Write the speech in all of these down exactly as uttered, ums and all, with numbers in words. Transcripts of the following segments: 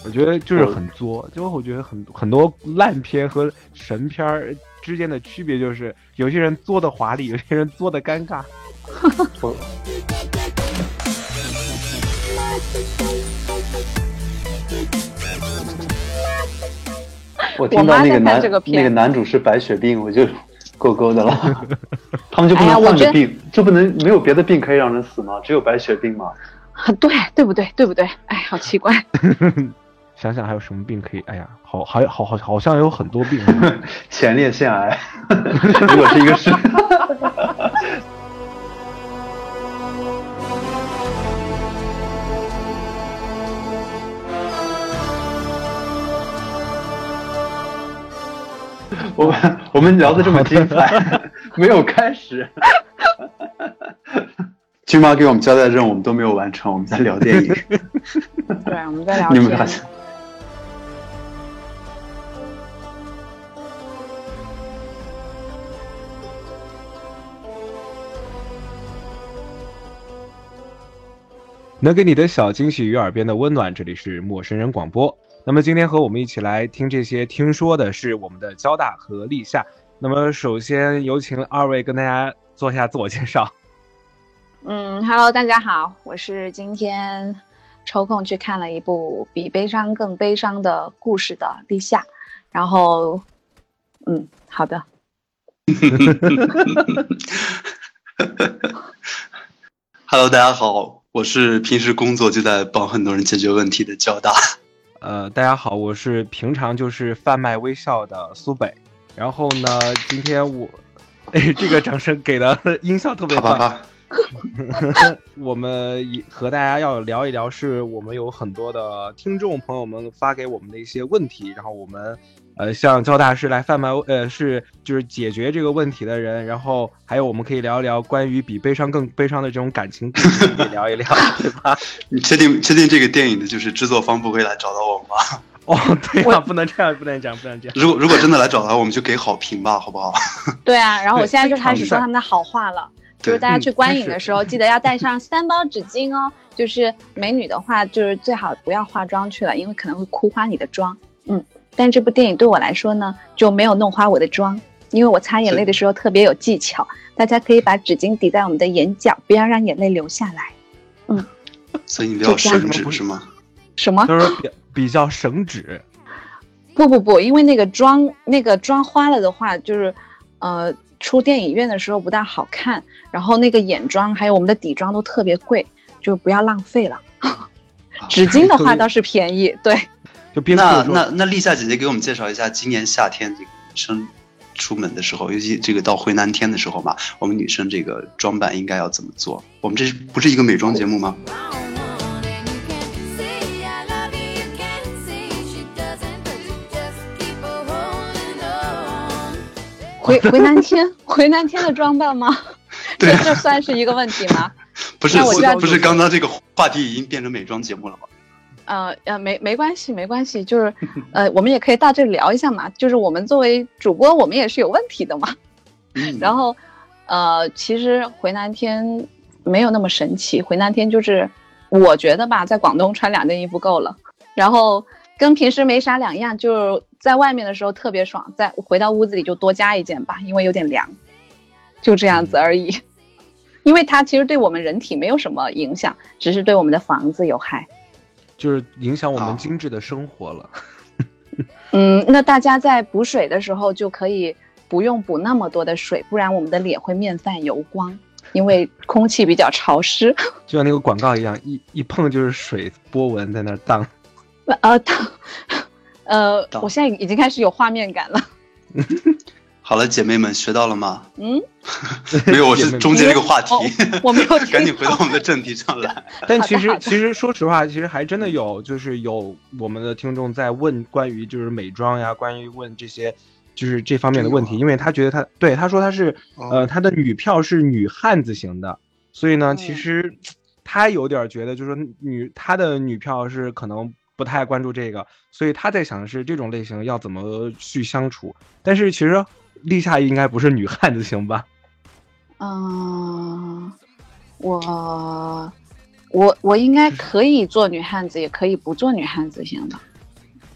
我觉得就是很作，就我觉得很很多烂片和神片之间的区别就是，有些人作的华丽，有些人作的尴尬。 我我听到那个男个那个男主是白血病，我就够够的了。他们就不能换个病，哎、就不能没有别的病可以让人死吗？只有白血病吗？ 对对不对？对不对？哎，好奇怪。 想想还有什么病可以？哎呀，好，还好好好像有很多病。 前列腺癌，如果是一个是。我们我们聊得这么精彩，没有开始。君妈给我们交代的任务我们都没有完成，我们在聊电影。 对，我们在聊天。 你们发现？ 能给你的小惊喜与耳边的温暖，这里是陌生人广播。那么今天和我们一起来听这些听说的是我们的交大和立夏。那么首先有请二位跟大家做一下自我介绍。 嗯 ，Hello， 大家好，我是今天抽空去看了一部比悲伤更悲伤的故事的立夏。然后，嗯，好的。 Hello， 大家好，我是平时工作就在帮很多人解决问题的交大。 呃，大家好，我是平常就是贩卖微笑的苏北。然后呢，今天我，哎，这个掌声给的音效特别棒。 啪啪啪我们和大家要聊一聊，是我们有很多的听众朋友们发给我们的一些问题，然后我们呃向交大是来贩卖呃是就是解决这个问题的人，然后还有我们可以聊一聊关于比悲伤更悲伤的这种感情故事，可以聊一聊，对吧？ 你确定确定这个电影的就是制作方不会来找到我吗？ 哦，对啊，不能这样，不能这样，不能这样。 如果如果真的来找他，我们就给好评吧，好不好？ 对啊，然后我现在就开始说他们的好话了。就是大家去观影的时候，记得要带上三包纸巾哦。就是美女的话，就是最好不要化妆去了，因为可能会哭花你的妆。嗯，但这部电影对我来说呢，就没有弄花我的妆，因为我擦眼泪的时候特别有技巧。大家可以把纸巾抵在我们的眼角，不要让眼泪流下来。嗯， 所以你比较省纸是吗？ 什么？ 就是比比较省纸。 不不不，因为那个妆那个妆花了的话，就是呃。出电影院的时候不大好看，然后那个眼妆还有我们的底妆都特别贵，就不要浪费了。纸巾的话倒是便宜，对。 就那那那丽夏姐姐给我们介绍一下，今年夏天这个女生出门的时候，尤其这个到回南天的时候嘛，我们女生这个装扮应该要怎么做？我们这不是一个美妆节目吗？ 回回南天，回南天的装扮吗？这这算是一个问题吗？ 不是，不是刚刚这个话题已经变成美妆节目了吗？ 呃呃，没没关系，没关系，就是呃，我们也可以到这里聊一下嘛。就是我们作为主播，我们也是有问题的嘛。 嗯、 然后呃，其实回南天没有那么神奇，回南天就是我觉得吧，在广东穿两件衣服够了，然后跟平时没啥两样，就。在外面的时候特别爽，在回到屋子里就多加一件吧，因为有点凉，就这样子而已。因为它其实对我们人体没有什么影响，只是对我们的房子有害， 就是影响我们精致的生活了。 嗯，那大家在补水的时候就可以不用补那么多的水，不然我们的脸会面泛油光，因为空气比较潮湿。 就像那个广告一样，一一碰就是水波纹在那荡。 呃，荡。呃，我现在已经开始有画面感了。 好了，姐妹们学到了吗？ 嗯， 没有，我是中间这个话题， 哦、我没有赶紧回到我们的正题上来。 但其实，其实说实话，其实还真的有，就是有我们的听众在问关于就是美妆呀，关于问这些就是这方面的问题，因为他觉得他对他说他是呃他的女票是女汉子型的，所以呢，其实他有点觉得就是说女他的女票是可能。不太关注这个，所以他在想的是这种类型要怎么去相处。但是其实立夏应该不是女汉子型吧？ 嗯，我我我应该可以做女汉子，也可以不做女汉子型的。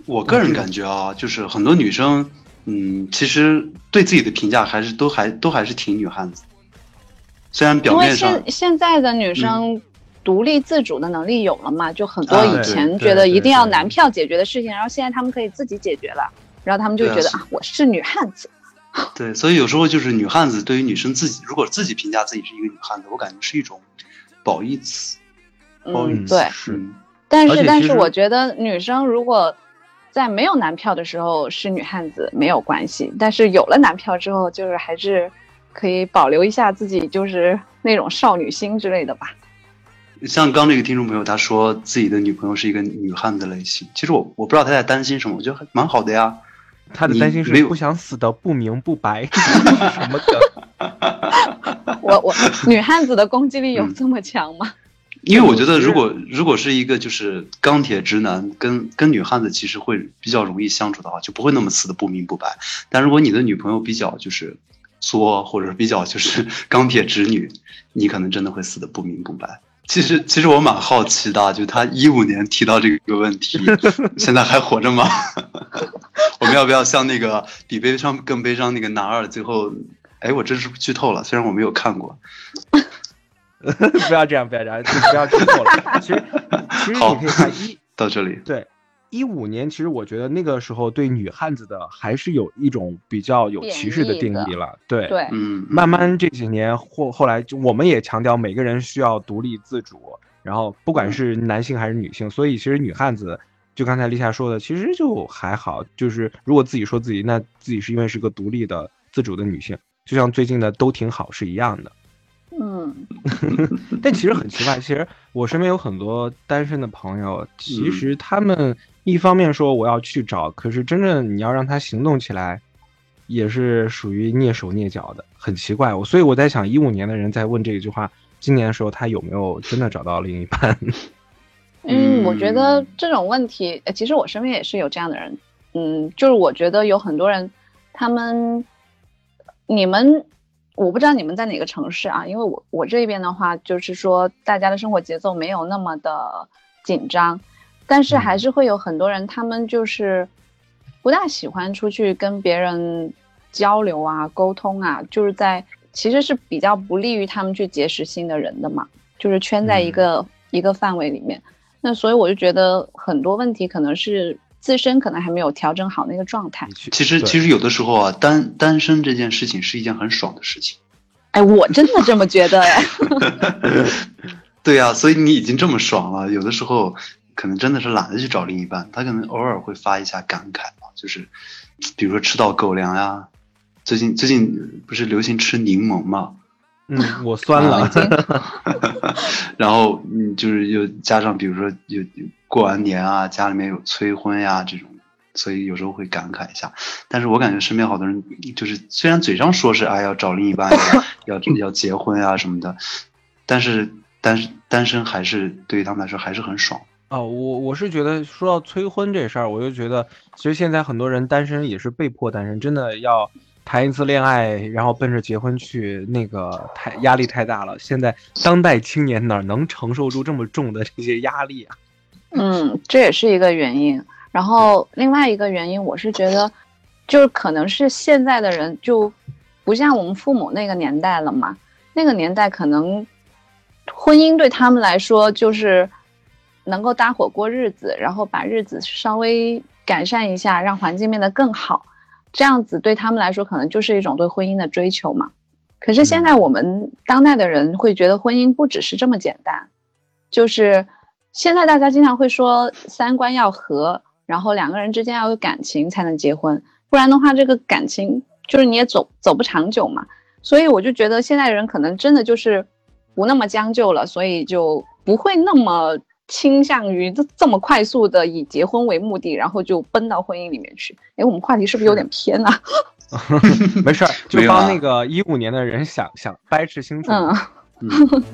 我个人感觉啊，就是很多女生，嗯，其实对自己的评价还是都还都还是挺女汉子，虽然表面上。 因为现现在的女生独立自主的能力有了嘛，嗯、就很多以前啊、 觉得一定要男票解决的事情，然后现在她们可以自己解决了，然后她们就觉得 啊, 啊，我是女汉子。 对，所以有时候就是女汉子对于女生自己，如果自己评价自己是一个女汉子，我感觉是一种褒义词。褒义词、 嗯、对， 是。 但是但是我觉得女生如果在没有男票的时候是女汉子没有关系，但是有了男票之后，就是还是可以保留一下自己就是那种少女心之类的吧。 像刚这个听众朋友他说自己的女朋友是一个女汉子类型，其实我我不知道他在担心什么，我觉得蛮好的呀。 他的担心是不想死的不明不白，什么的？我我女汉子的攻击力有这么强吗？ 嗯、因为我觉得，如果如果是一个就是钢铁直男，跟跟女汉子其实会比较容易相处的话，就不会那么死的不明不白。但如果你的女朋友比较就是作，或者比较就是钢铁直女，你可能真的会死的不明不白。其实其实我蛮好奇的，就他一五年提到这个问题，现在还活着吗？我们要不要像那个比悲伤更悲伤那个男二最后，哎，我这是剧透了，虽然我没有看过。 不要这样，不要这样，不要剧透了。其实其实你可以看一到这里， 对。一五年，其实我觉得那个时候对女汉子的还是有一种比较有歧视的定义了，对对， 嗯， 慢慢这几年后后来就我们也强调每个人需要独立自主，然后不管是男性还是女性，所以其实女汉子就刚才丽夏说的，其实就还好，就是如果自己说自己，那自己是因为是个独立的自主的女性，就像最近的都挺好是一样的。 嗯， 但其实很奇怪，其实我身边有很多单身的朋友，其实他们一方面说我要去找，可是真正你要让他行动起来，也是属于蹑手蹑脚的，很奇怪。我所以我在想，一五年的人在问这一句话，今年的时候他有没有真的找到另一半？ 嗯，我觉得这种问题，其实我身边也是有这样的人。嗯，就是我觉得有很多人，他们，你们。我不知道你们在哪个城市啊，因为我我这边的话就是说大家的生活节奏没有那么的紧张，但是还是会有很多人他们就是不大喜欢出去跟别人交流啊沟通啊，就是在其实是比较不利于他们去结识新的人的嘛，就是圈在一个、嗯、一个范围里面。那所以我就觉得很多问题可能是自身可能还没有调整好那个状态。 其实其实有的时候啊，单单身这件事情是一件很爽的事情。 哎，我真的这么觉得哎。 对啊，所以你已经这么爽了，有的时候可能真的是懒得去找另一半，他可能偶尔会发一下感慨嘛，就是比如说吃到狗粮呀，最近最近不是流行吃柠檬嘛。 嗯，我酸了。 然后嗯，就是又加上比如说有过完年啊，家里面有催婚呀这种，所以有时候会感慨一下。但是我感觉身边好多人就是虽然嘴上说是哎要找另一半呀，要要结婚啊什么的，但是单单身还是对于他们来说还是很爽。 哦，我我是觉得说到催婚这事儿，我就觉得其实现在很多人单身也是被迫单身，真的要谈一次恋爱，然后奔着结婚去，那个太压力太大了。现在当代青年哪能承受住这么重的这些压力啊？ 嗯，这也是一个原因。然后另外一个原因，我是觉得，就是可能是现在的人就不像我们父母那个年代了嘛。那个年代可能婚姻对他们来说就是能够搭伙过日子，然后把日子稍微改善一下，让环境变得更好。这样子对他们来说可能就是一种对婚姻的追求嘛。可是现在我们当代的人会觉得婚姻不只是这么简单，就是现在大家经常会说三观要合，然后两个人之间要有感情才能结婚，不然的话这个感情就是你也走走不长久嘛。所以我就觉得现在人可能真的就是不那么将就了，所以就不会那么倾向于这么快速的以结婚为目的，然后就奔到婚姻里面去。哎，我们话题是不是有点偏啊？ 没事，就帮那个一五年的人想想掰扯清楚。嗯。嗯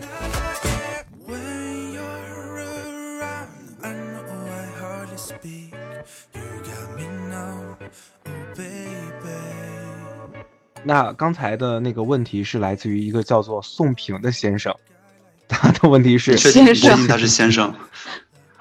那刚才的那个问题是来自于一个叫做宋平的先生，他的问题是先生， 他是先生。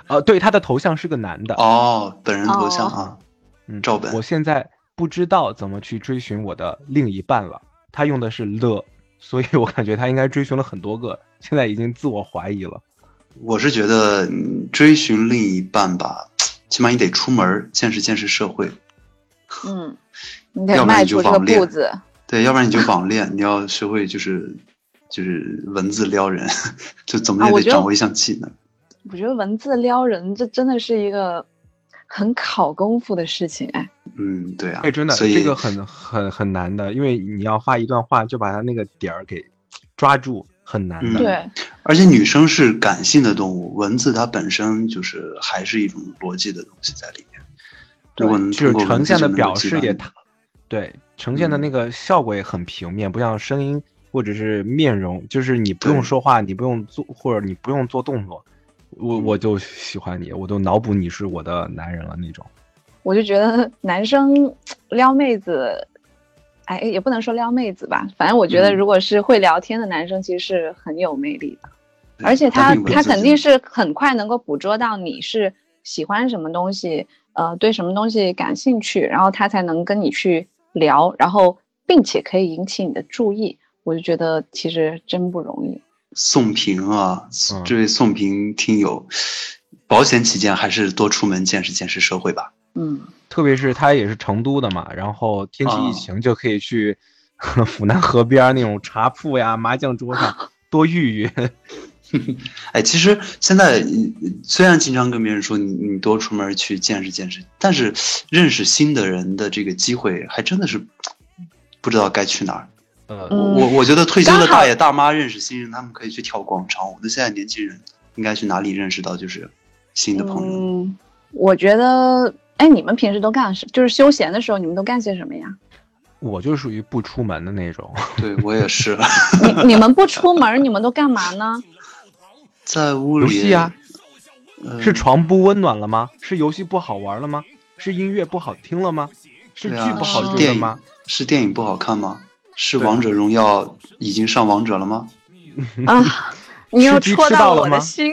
呃，对，他的头像是个男的。 哦，本人头像啊， 嗯， 赵本。 我现在不知道怎么去追寻我的另一半了，他用的是了，所以我感觉他应该追寻了很多个，现在已经自我怀疑了。 我是觉得追寻另一半吧，起码你得出门见识见识社会。 嗯，你得迈出这个步子。 对，要不然你就网恋，你要学会就是就是文字撩人，就怎么也得掌握一项技能。 啊、我, 我觉得文字撩人，这真的是一个很考功夫的事情，哎。 嗯，对啊， 哎，真的，这个很很很难的，因为你要画一段话，就把它那个点儿给抓住，很难的。 嗯、 对， 而且女生是感性的动物，文字它本身就是还是一种逻辑的东西在里面。如果能就是呈现的表示示也，对，呈现的那个效果也很平面，嗯、不像声音或者是面容，就是你不用说话，你不用做，或者你不用做动作，我我就喜欢你，我都脑补你是我的男人了那种。 我就觉得男生撩妹子，哎，也不能说撩妹子吧，反正我觉得如果是会聊天的男生，其实是很有魅力的，嗯、而且他他肯定是很快能够捕捉到你是喜欢什么东西，呃，对什么东西感兴趣，然后他才能跟你去聊，然后并且可以引起你的注意，我就觉得其实真不容易。 宋平啊，这位宋平听友，保险起见还是多出门见识见识社会吧。 嗯， 特别是他也是成都的嘛，然后天气一晴就可以去府南河边那种茶铺呀、麻将桌上多遇遇。 哎，其实现在虽然经常跟别人说你你多出门去见识见识，但是认识新的人的这个机会还真的是不知道该去哪儿。呃，我我觉得退休的大爷大妈认识新人，他们可以去跳广场舞。那现在年轻人应该去哪里认识到就是新的朋友？ 嗯，我觉得。哎，你们平时都干什么？就是休闲的时候，你们都干些什么呀？ 我就属于不出门的那种。 对，我也是。 你你们不出门，你们都干嘛呢？ 在屋里。 游戏啊。呃、是床不温暖了吗？是游戏不好玩了吗？是音乐不好听了吗？是剧不好追了吗？ 啊、是电影不好看吗？是王者荣耀已经上王者了吗？ 啊，你又戳到我的心。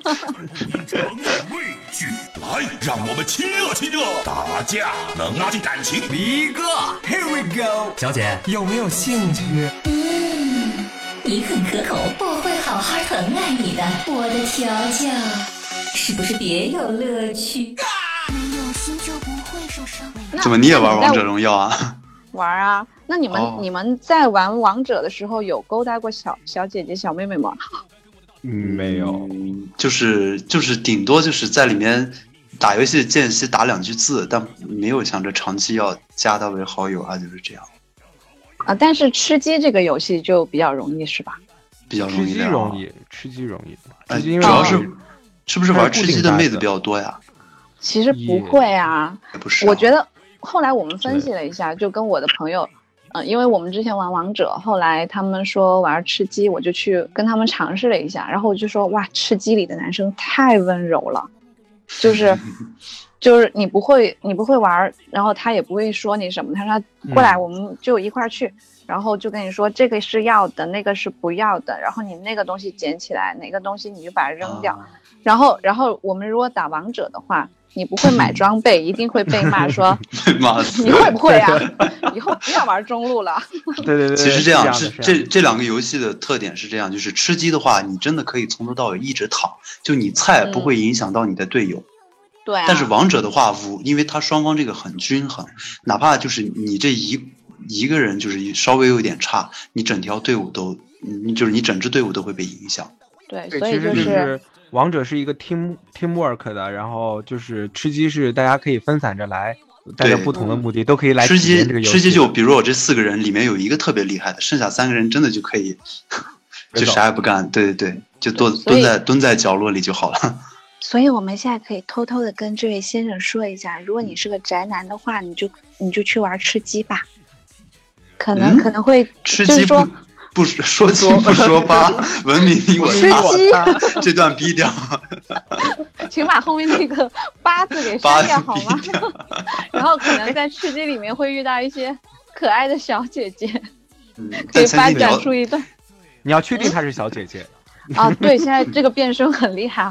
来，让我们亲热亲热，打架能拉近感情。一个 ，Here we go， 小姐有没有兴趣？ 嗯，你很可口，我会好好疼爱你的，我的调教，是不是别有乐趣？ 没有心就不会受伤。 怎么你也玩王者荣耀啊？ 玩啊！那你们、哦、你们在玩王者的时候有勾搭过小小姐姐、小妹妹吗？ 嗯，没有， 就是就是顶多就是在里面。打游戏间隙打两句字，但没有想着长期要加他为好友啊，就是这样。 啊，但是吃鸡这个游戏就比较容易，是吧？ 比较容易， 吃鸡容易，吃鸡容易。 哎，主要是是不是玩吃鸡的妹子比较多呀？ 其实不会啊， 不是、啊。 我觉得后来我们分析了一下，就跟我的朋友，嗯、呃，因为我们之前玩王者，后来他们说玩吃鸡，我就去跟他们尝试了一下，然后我就说哇，吃鸡里的男生太温柔了。就是就是你不会你不会玩，然后他也不会说你什么，他说过来我们就一块儿去、嗯、然后就跟你说这个是要的，那个是不要的，然后你那个东西捡起来，哪个东西你就把它扔掉、啊、然后然后我们如果打王者的话，你不会买装备一定会被骂说你会不会啊以后不要玩中路了对对对， 其实这样是这这两个游戏的特点是这样，就是吃鸡的话你真的可以从头到尾一直躺，就你菜不会影响到你的队友、嗯、 对、啊， 但是王者的话五因为它双方这个很均衡，哪怕就是你这一一个人就是稍微有点差，你整条队伍都你就是你整支队伍都会被影响。 对，所以就是、 就是、王者是一个 team teamwork 的，然后就是吃鸡是大家可以分散着来，带着不同的目的都可以来体验这个游戏。 吃鸡就比如我这四个人里面有一个特别厉害的，剩下三个人真的就可以就啥也不干，对对对，就蹲蹲在蹲在角落里就好了。 所以我们现在可以偷偷的跟这位先生说一下，如果你是个宅男的话，你就你就去玩吃鸡吧，可能、嗯、可能会吃鸡不。不说鸡不说八，文明你我他，这段逼掉。 请把后面那个八字给删掉好吗？然后可能在吃鸡里面会遇到一些可爱的小姐姐， 嗯、 可以发展出一段。 你要确定她是小姐姐。 啊，对，现在这个变声很厉害哈。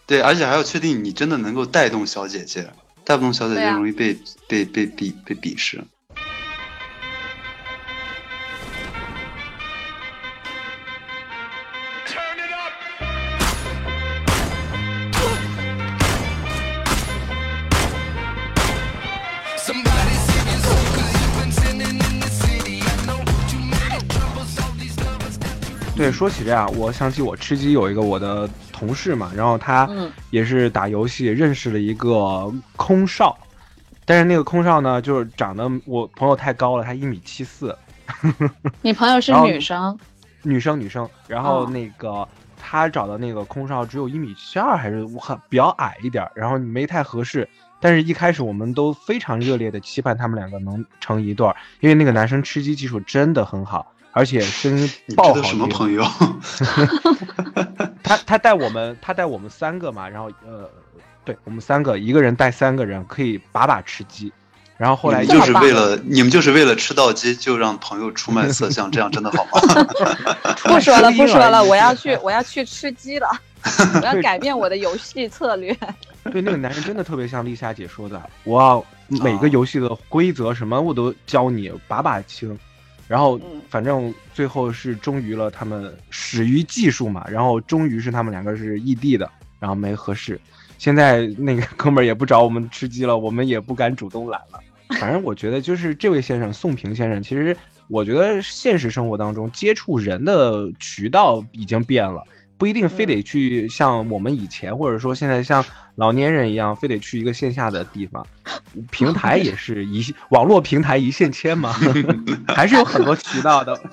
对，而且还要确定你真的能够带动小姐姐，带不动小姐姐容易被、啊、被被鄙被鄙视。 对，说起这样，我想起我吃鸡有一个我的同事嘛，然后他也是打游戏认识了一个空少，但是那个空少呢，就是长得我朋友太高了，他一米七四。 你朋友是女生？ 女生女生，然后那个、哦、他找的那个空少只有一米七二，还是很比较矮一点，然后没太合适。但是一开始我们都非常热烈的期盼他们两个能成一对，因为那个男生吃鸡技术真的很好。而且声音爆好听。 什么朋友？ 他他带我们，他带我们三个嘛，然后呃，对我们三个，一个人带三个人，可以把把吃鸡。然后后来就是为了你们就是为了吃到鸡，就让朋友出卖色相，这样真的好吗？ 不说了不说了，我要去我要去吃鸡了，我要改变我的游戏策略。 对，那个男人真的特别像丽莎姐说的，我要每个游戏的规则什么我都教你，把把清。然后反正最后是终于了，他们始于技术嘛，然后终于是他们两个是异地的，然后没合适。现在那个哥们儿也不找我们吃鸡了，我们也不敢主动揽了。反正我觉得就是这位先生宋平先生，其实我觉得现实生活当中接触人的渠道已经变了，不一定非得去像我们以前或者说现在像老年人一样非得去一个线下的地方，平台也是一网络平台一线牵嘛，还是有很多渠道的。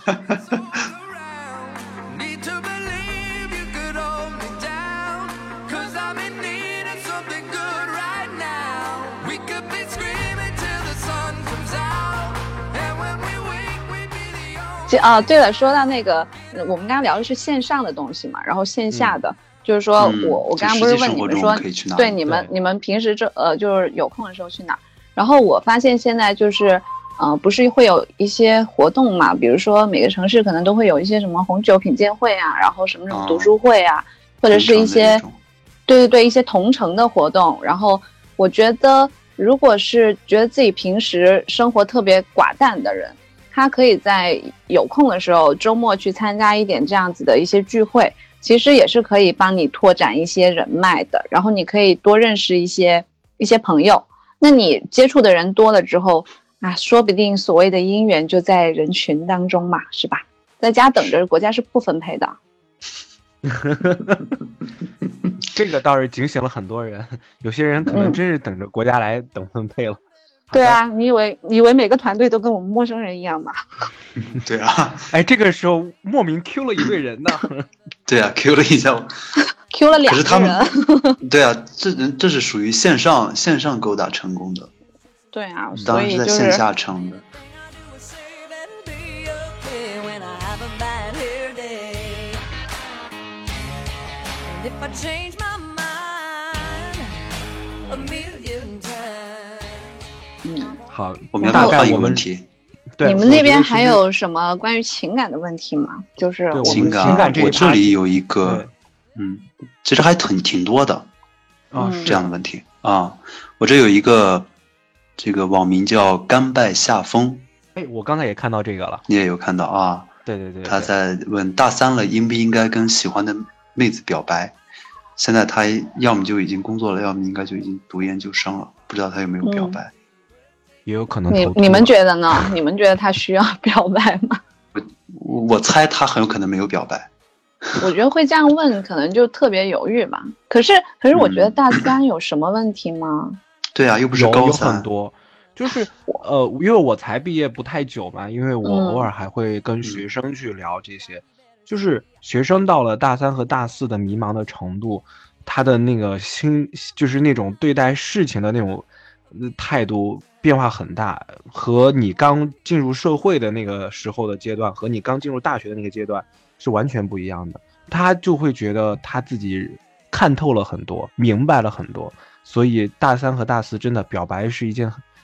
啊，对了，说到那个，我们刚刚聊的是线上的东西嘛，然后线下的，嗯、就是说我、嗯、我刚刚不是问你们说，对你们你们平时这呃就是有空的时候去哪？然后我发现现在就是呃不是会有一些活动嘛，比如说每个城市可能都会有一些什么红酒品鉴会啊，然后什么什么读书会啊，哦、或者是一些对对对一些同城的活动。然后我觉得，如果是觉得自己平时生活特别寡淡的人，他可以在有空的时候周末去参加一点这样子的一些聚会，其实也是可以帮你拓展一些人脉的，然后你可以多认识一些一些朋友，那你接触的人多了之后啊，说不定所谓的姻缘就在人群当中嘛，是吧？在家等着国家是不分配的。 这个倒是警醒了很多人，有些人可能真是等着国家来等分配了。嗯对啊，你以为你以为每个团队都跟我们陌生人一样吗？ 对啊， 哎，这个时候莫名 Q 了一对人呢。 对啊 ，Q 了一下 ，Q 了两个人。可是他们，对啊，这这是属于线上线上勾搭成功的。 对啊， 当然是在线下成的。 嗯， 好， 我们要换一个问题。 对，你们那边还有什么关于情感的问题吗？就是我情感， 情感这我这里有一个，嗯，其实还挺挺多的啊，这样的问题啊。我这有一个，这个网名叫甘拜下风。 哎，我刚才也看到这个了， 你也有看到啊？ 对对 对, 对。 他在问大三了，应不应该跟喜欢的妹子表白？现在他要么就已经工作了，要么应该就已经读研究生了，不知道他有没有表白。 嗯也有可能。 你你们觉得呢？你们觉得他需要表白吗？ 我我猜他很有可能没有表白。 我觉得会这样问，可能就特别犹豫吧。可是可是，我觉得大三有什么问题吗？ 嗯、对啊，又不是高三。 有很多，就是呃，因为我才毕业不太久嘛，因为我偶尔还会跟学生去聊这些，嗯、就是学生到了大三和大四的迷茫的程度，他的那个心，就是那种对待事情的那种态度。变化很大，和你刚进入社会的那个时候的阶段，和你刚进入大学的那个阶段是完全不一样的。他就会觉得他自己看透了很多，明白了很多，所以大三和大四真的表白是一件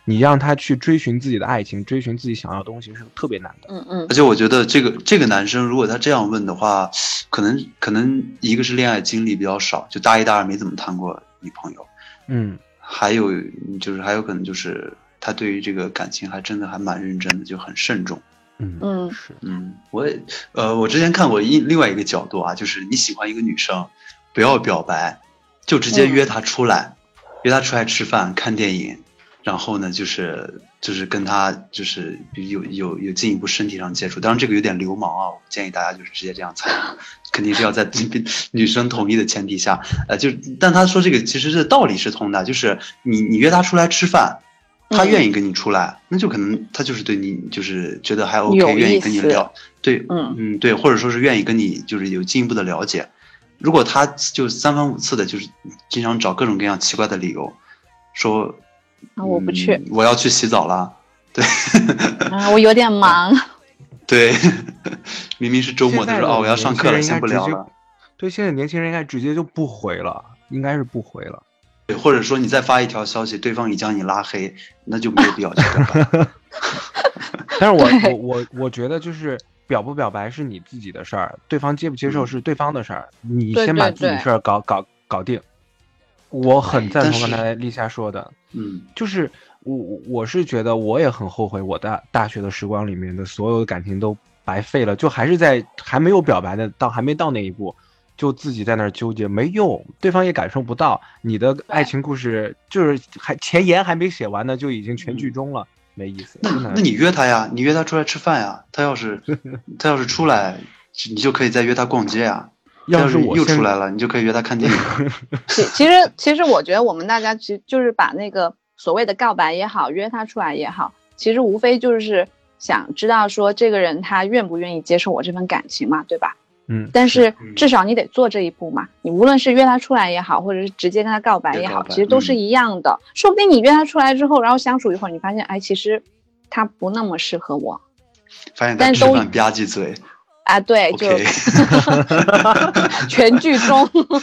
你让他去追寻自己的爱情，追寻自己想要的东西是特别难的。 嗯嗯。 而且我觉得这个这个男生如果他这样问的话，可能可能一个是恋爱经历比较少，就大一大二没怎么谈过女朋友， 嗯， 还有就是还有可能就是他对于这个感情还真的还蛮认真的，就很慎重。 嗯嗯是嗯，我也呃我之前看过一另外一个角度啊，就是你喜欢一个女生，不要表白，就直接约她出来，嗯、约她出来吃饭看电影。然后呢，就是就是跟他就是有有有进一步身体上接触，当然这个有点流氓啊，我建议大家就是直接这样参与，肯定是要在女生同意的前提下，呃，就但他说这个其实是道理是通的，就是你你约他出来吃饭，他愿意跟你出来，嗯、那就可能他就是对你就是觉得还 OK， 愿意跟你聊，对，嗯嗯对，或者说是愿意跟你就是有进一步的了解。如果他就三番五次的，就是经常找各种各样奇怪的理由，说。 啊，我不去、 嗯，我要去洗澡了。对， 啊，我有点忙。 对，明明是周末，他说哦，我要上课了，先不聊了。 对，现在年轻人应该直接就不回了，应该是不回了。 对，或者说你再发一条消息，对方已将你拉黑，那就没有必要去表白。 但是我我我我觉得就是表不表白是你自己的事儿，对方接不接受是对方的事儿，嗯、你先把自己事儿搞搞搞定。我很赞同刚才丽夏说的， 嗯， 就是我我是觉得我也很后悔，我大大学的时光里面的所有的感情都白费了，就还是在还没有表白的到还没到那一步，就自己在那儿纠结没用，对方也感受不到你的爱情故事，就是还前言还没写完呢，就已经全剧终了，嗯、没意思。 那那你约他呀，你约他出来吃饭呀，他要是他要是出来，你就可以再约他逛街呀。 要是我又出来了，你就可以约他看电影。 其其实其实我觉得我们大家其实就是把那个所谓的告白也好，约他出来也好，其实无非就是想知道说这个人他愿不愿意接受我这份感情嘛，对吧？ 嗯。 但是至少你得做这一步嘛，你无论是约他出来也好，或者是直接跟他告白也好，其实都是一样的。嗯、说不定你约他出来之后，然后相处一会儿，你发现哎，其实他不那么适合我。 发现他吃饭吧唧嘴。 啊，对， okay. 就全剧终，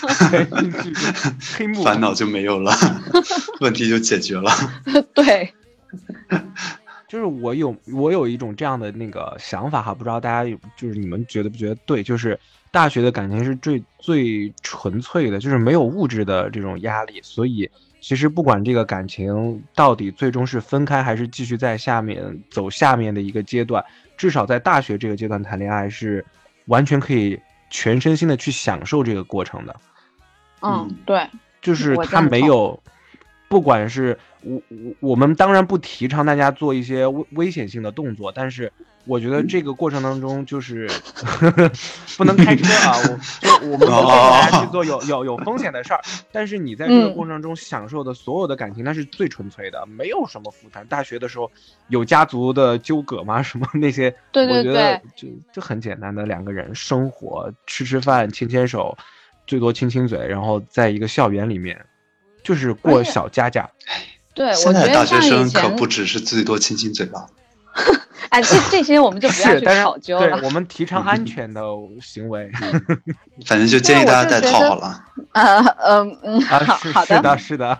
黑幕， 烦恼就没有了，问题就解决了。 对， 就是我有我有一种这样的那个想法哈，不知道大家有就是你们觉得不觉得对？就是大学的感情是最最纯粹的，就是没有物质的这种压力，所以其实不管这个感情到底最终是分开还是继续在下面走下面的一个阶段。至少在大学这个阶段谈恋爱是完全可以全身心的去享受这个过程的。 嗯，对， 就是他没有，不管是我我我们当然不提倡大家做一些危危险性的动作，但是我觉得这个过程当中就是呵呵不能开车啊，我就我们不建议大家去做有有有风险的事儿。但是你在这个过程中享受的所有的感情，那是最纯粹的，没有什么负担。大学的时候有家族的纠葛吗？什么那些？ 对对对， 我觉得就就很简单的两个人生活，吃吃饭，牵牵手，最多亲亲嘴，然后在一个校园里面，就是过小家家。 对， 现在大学生可不只是最多亲亲嘴了。 哎，这这些我们就不要去考究了。 对，我们提倡安全的行为。 反正就建议大家戴套好了。 呃呃嗯， 啊， 好是好的， 是的，是的。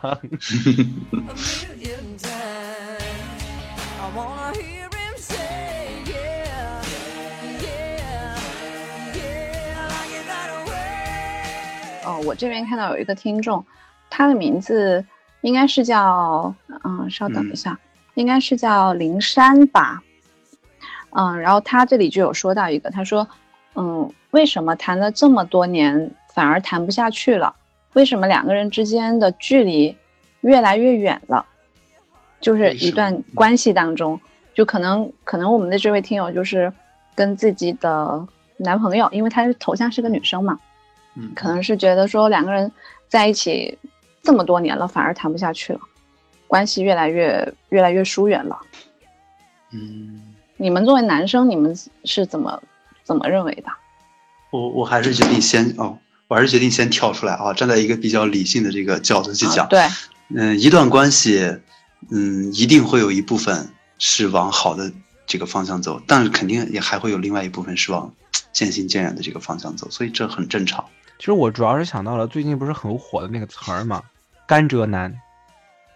哦，我这边看到有一个听众，他的名字应该是叫嗯，稍等一下。嗯应该是叫灵山吧，嗯，然后他这里就有说到一个，他说，嗯，为什么谈了这么多年反而谈不下去了？为什么两个人之间的距离越来越远了？就是一段关系当中，就可能可能我们的这位听友就是跟自己的男朋友，因为他头像是个女生嘛， 嗯， 可能是觉得说两个人在一起这么多年了，反而谈不下去了。关系越来越越来越疏远了。 嗯， 你们作为男生，你们是怎么怎么认为的？ 我我还是决定先哦，我还是决定先跳出来啊，站在一个比较理性的这个角度去讲。 啊、对， 嗯，一段关系，嗯，一定会有一部分是往好的这个方向走，但是肯定也还会有另外一部分是往渐行渐远的这个方向走，所以这很正常。 其实我主要是想到了最近不是很火的那个词儿嘛，甘蔗男。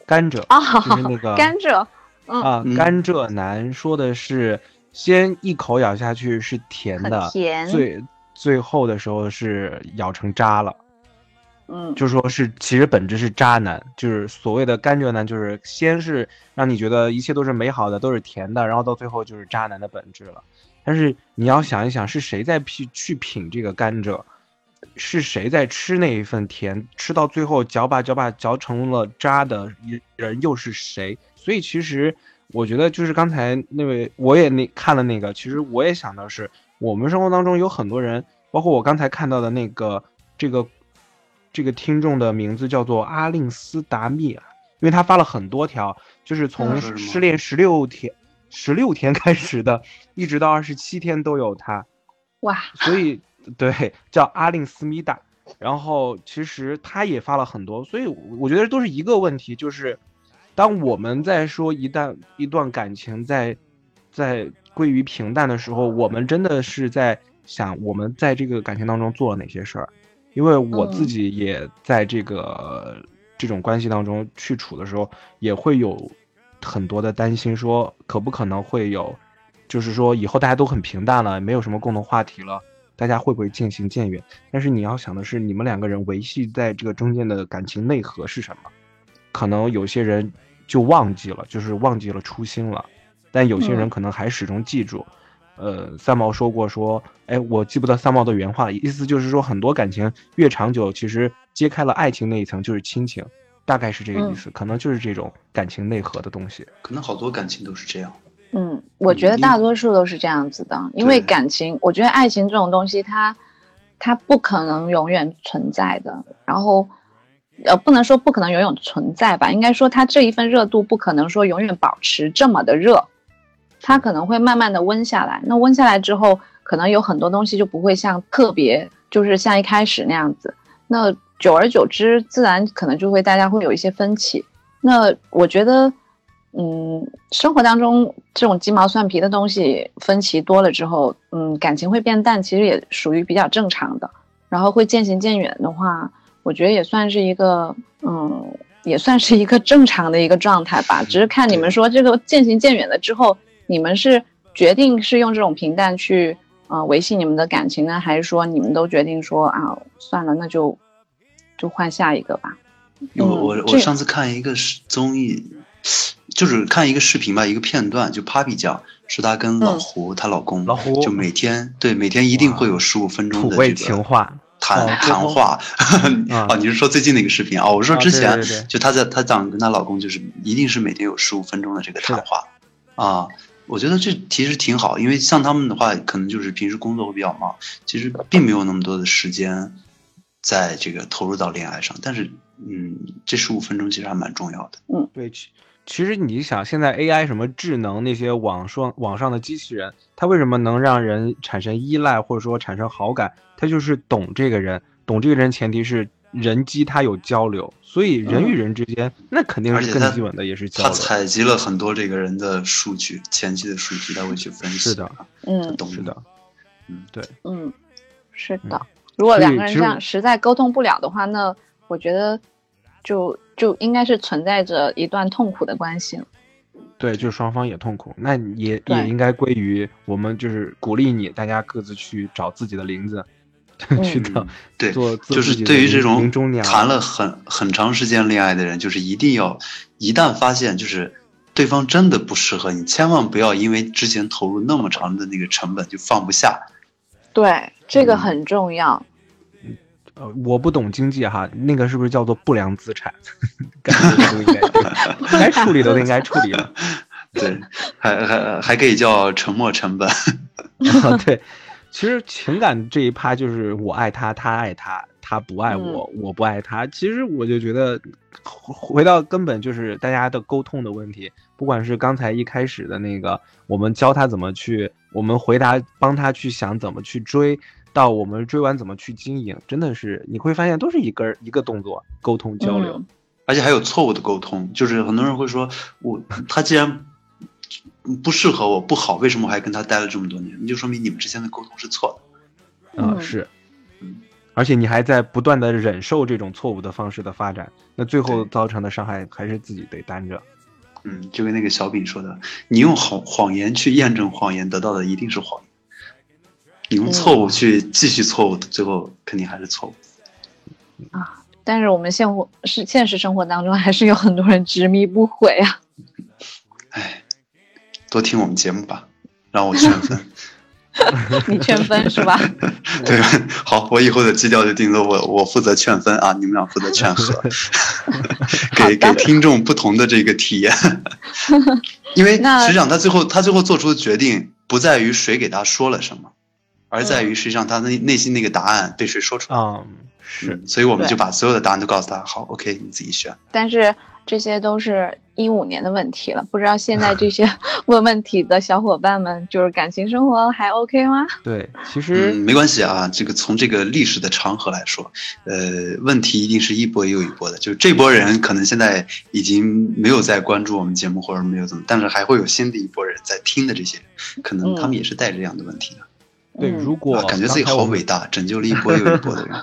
甘蔗， 啊， 就是那个甘蔗，嗯啊， 嗯甘蔗男说的是先一口咬下去是甜的， 很甜最最后的时候是咬成渣了。 嗯， 就说是其实本质是渣男，就是所谓的甘蔗男，就是先是让你觉得一切都是美好的，都是甜的，然后到最后就是渣男的本质了。但是你要想一想，是谁在去去品这个甘蔗，是谁在吃那一份甜，吃到最后嚼吧嚼吧嚼成了渣的人又是谁？所以其实我觉得就是刚才那位我也那看了那个，其实我也想到是我们生活当中有很多人，包括我刚才看到的那个这个。这个听众的名字叫做阿令斯达密，因为他发了很多条，就是从失恋十六天十六天开始的，一直到二十七天都有他。 哇！ 所以对，叫阿令斯密达。然后其实他也发了很多，所以我觉得都是一个问题，就是当我们在说一旦一段感情在在归于平淡的时候，我们真的是在想我们在这个感情当中做了哪些事儿。因为我自己也在这个、嗯、这种关系当中去处的时候，也会有很多的担心，说可不可能会有，就是说以后大家都很平淡了，没有什么共同话题了，大家会不会渐行渐远？但是你要想的是，你们两个人维系在这个中间的感情内核是什么？可能有些人就忘记了，就是忘记了初心了，但有些人可能还始终记住。嗯呃，三毛说过说，哎，我记不得三毛的原话了，意思就是说，很多感情越长久，其实揭开了爱情那一层就是亲情，大概是这个意思，嗯、可能就是这种感情内核的东西。 可能好多感情都是这样。 嗯，我觉得大多数都是这样子的，嗯、因为感情，我觉得爱情这种东西它，它它不可能永远存在的，然后，呃，不能说不可能永远存在吧，应该说它这一份热度不可能说永远保持这么的热。它可能会慢慢的温下来，那温下来之后，可能有很多东西就不会像特别，就是像一开始那样子。那久而久之，自然可能就会大家会有一些分歧。那我觉得，嗯，生活当中这种鸡毛蒜皮的东西分歧多了之后，嗯，感情会变淡，其实也属于比较正常的。然后会渐行渐远的话，我觉得也算是一个，嗯，也算是一个正常的一个状态吧。只是看你们说这个渐行渐远了之后。你们是决定是用这种平淡去呃维系你们的感情呢，还是说你们都决定说啊算了，那就就换下一个吧？ 我我我上次看一个综艺，就是看一个视频吧，一个片段，就 Papi 酱是她跟老胡她、嗯、老公， 老胡就每天对每天一定会有十五分钟的、这个、 土味情话谈、哦、谈话。哦，你是说最近那个视频啊、哦？我说之前、哦、对对对就她在她讲跟她老公就是一定是每天有十五分钟的这个谈话啊。我觉得这其实挺好，因为像他们的话，可能就是平时工作会比较忙，其实并没有那么多的时间在这个投入到恋爱上。但是，嗯，这十五分钟其实还蛮重要的。 嗯， 对，其实你想，现在 A I 什么智能那些网上网上的机器人，它为什么能让人产生依赖或者说产生好感？它就是懂这个人，懂这个人前提是人机它有交流。所以人与人之间，嗯、那肯定是更基本的，也是交流。 他采集了很多这个人的数据，前期的数据，他会去分析。 是的， 嗯， 懂是的， 嗯， 对， 嗯，是的。嗯、如果两个人这样实在沟通不了的话，那我觉得就就应该是存在着一段痛苦的关系了。 对，就是双方也痛苦，那也也应该归于我们，就是鼓励你，大家各自去找自己的林子。去的、 嗯、对， 做就是对于这种谈了很很长时间恋爱的人，就是一定要，一旦发现就是对方真的不适合你，千万不要因为之前投入那么长的那个成本就放不下。 对，这个很重要。 嗯、呃，我不懂经济哈，那个是不是叫做不良资产？感觉都应该该处理的都应该处理了。 对，还还还可以叫沉没成本。 啊、对。其实情感这一趴就是我爱他，他爱他，他不爱我，嗯、我不爱他。其实我就觉得，回到根本就是大家的沟通的问题。不管是刚才一开始的那个，我们教他怎么去，我们回答帮他去想怎么去追，到我们追完怎么去经营，真的是你会发现都是一根一个动作，沟通交流， 嗯、而且还有错误的沟通。就是很多人会说，我他既然不适合我，不好，为什么我还跟他待了这么多年？你就说明你们之间的沟通是错的。 嗯，是。 而且你还在不断的忍受这种错误的方式的发展，那最后造成的伤害还是自己得担着。 嗯，就跟那个小饼说的，你用谎谎言去验证谎言，得到的一定是谎言；你用错误去继续错误，最后肯定还是错误。 啊，但是我们现活是现实生活当中，还是有很多人执迷不悔啊。 哎，多听我们节目吧，让我劝分。 你劝分是吧？ 对，好，我以后的基调就定做我我负责劝分啊，你们俩负责劝和，给给听众不同的这个体验。因为实际上他最后他最后做出的决定不在于谁给他说了什么，而在于实际上他内内心那个答案被谁说出来。 嗯，是、 嗯，所以我们就把所有的答案都告诉他，好 ，OK， 你自己选。 但是这些都是一五年的问题了，不知道现在这些问问题的小伙伴们，就是感情生活还 OK 吗？ 对，其实、 嗯、没关系啊。这个从这个历史的长河来说，呃，问题一定是一波又一波的。就是这波人可能现在已经没有在关注我们节目，或者没有怎么，但是还会有新的一波人在听的这些人，可能他们也是带着这样的问题的。 嗯、对，如果、 啊、感觉自己好伟大，拯救了一波又一波的人。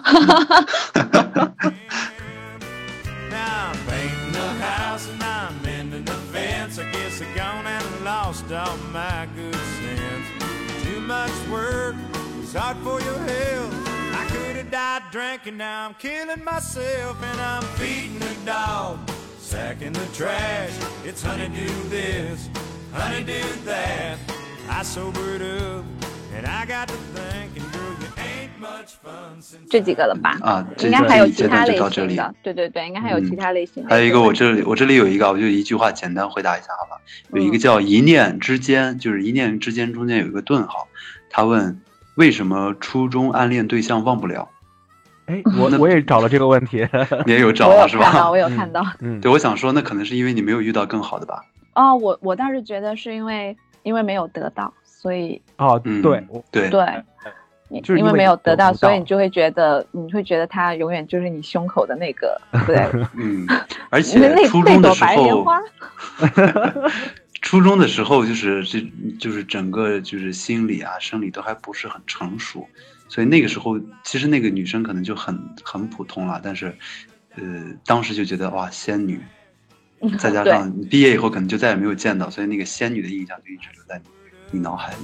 Lost all my good sense. Too much work was hard for your health. I could have died drinking, now I'm killing myself. And I'm feeding the dog, sacking the trash. It's honeydew this, honeydew that. I sobered up and I got to thinking, girl, you ain't much fun since. 这几个了吧？ 啊， 应该还有其他类型的。对对对，应该还有其他类型的、 嗯。还有一个，我这里我这里有一个，我就一句话简单回答一下好吧。有一个叫一念之间，就是一念之间中间有一个顿号。他问为什么初中暗恋对象忘不了？ 哎，我我也找了这个问题， 你也有找了是吧？ 我有看到， 嗯，对，我想说，那可能是因为你没有遇到更好的吧？ 哦，我我倒是觉得是因为因为没有得到，所以哦， 嗯、 对对对。 就是因为没有得到，所以你就会觉得，你会觉得他永远就是你胸口的那个，对， 嗯，而且初中的时候，初中的时候就是这就是整个就是心理啊、生理都还不是很成熟，所以那个时候其实那个女生可能就很很普通了，但是，呃，当时就觉得哇仙女，再加上你毕业以后可能就再也没有见到，所以那个仙女的印象就一直留在你。你脑海里。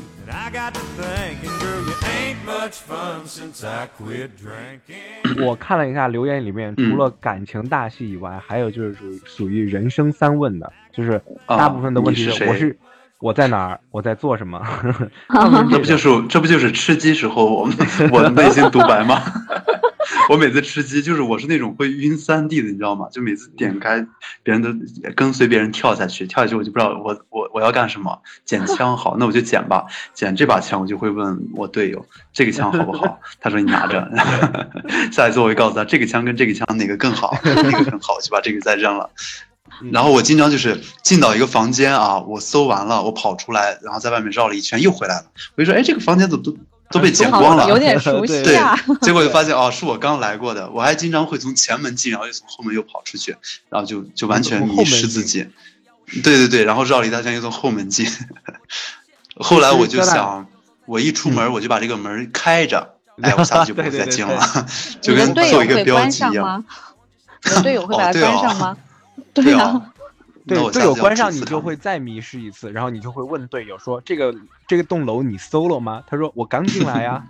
我看了一下留言里面，除了感情大戏以外，嗯、还有就是属于属于人生三问的，就是大部分的问题是、 哦、 我是我在哪儿，我在做什么。 这不就是这不就是吃鸡时候我们我的内心独白吗？我每次吃鸡就是我是那种会晕三 D 的，你知道吗？就每次点开别人的跟随别人跳下去，跳下去我就不知道我我我要干什么。捡枪好，那我就捡吧。捡这把枪我就会问我队友这个枪好不好？他说你拿着。下一次我会告诉他这个枪跟这个枪哪个更好，哪个更好，我就把这个再扔了。然后我经常就是进到一个房间啊，我搜完了，我跑出来，然后在外面绕了一圈又回来了。我就说，哎，这个房间怎么都都被捡光了， 有点熟悉啊。 对，结果就发现哦，是我刚来过的。我还经常会从前门进，然后又从后门又跑出去，然后就就完全迷失自己。对对对，然后绕了一大圈又从后门进。后来我就想，我一出门我就把这个门开着，哎，我下次就不会再进了，就跟做一个标记一样。 你的队友会把它关上吗？ 对啊。 对，队友关上你就会再迷失一次，然后你就会问队友说：“这个这个栋楼你搜了吗？”他说：“我刚进来呀。”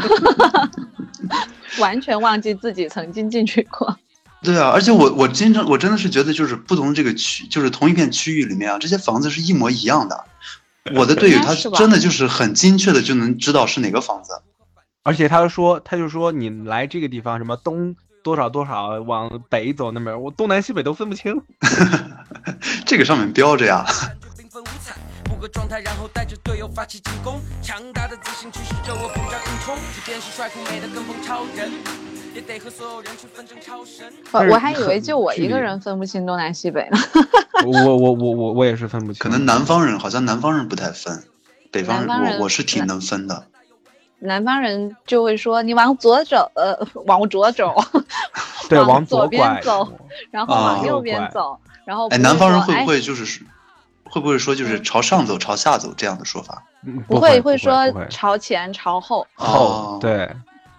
完全忘记自己曾经进去过。 对啊，而且我我经常我真的是觉得，就是不同这个区，就是同一片区域里面啊，这些房子是一模一样的。我的队友他真的就是很精确的就能知道是哪个房子， 而且他说他就说你来这个地方什么东。多少多少往北走那边，我东南西北都分不清。 这个上面标着呀。 五个状态，然后带着队友发起进攻，强大的自信驱使着我膨胀硬冲，即便是帅酷美的跟风超人，也得和所有人去分争超神。 我我还以为就我一个人分不清东南西北呢。 我我我我我也是分不清。 可能南方人好像南方人不太分，北方人我我是挺能分的。 南方人就会说你往左走，呃，往左走， 对， 往左边走，然后往右边走， 啊、 然后哎，南方人会不会就是会不会说就是朝上走、朝下走这样的说法？ 不会，会说朝前、朝后。 哦，对，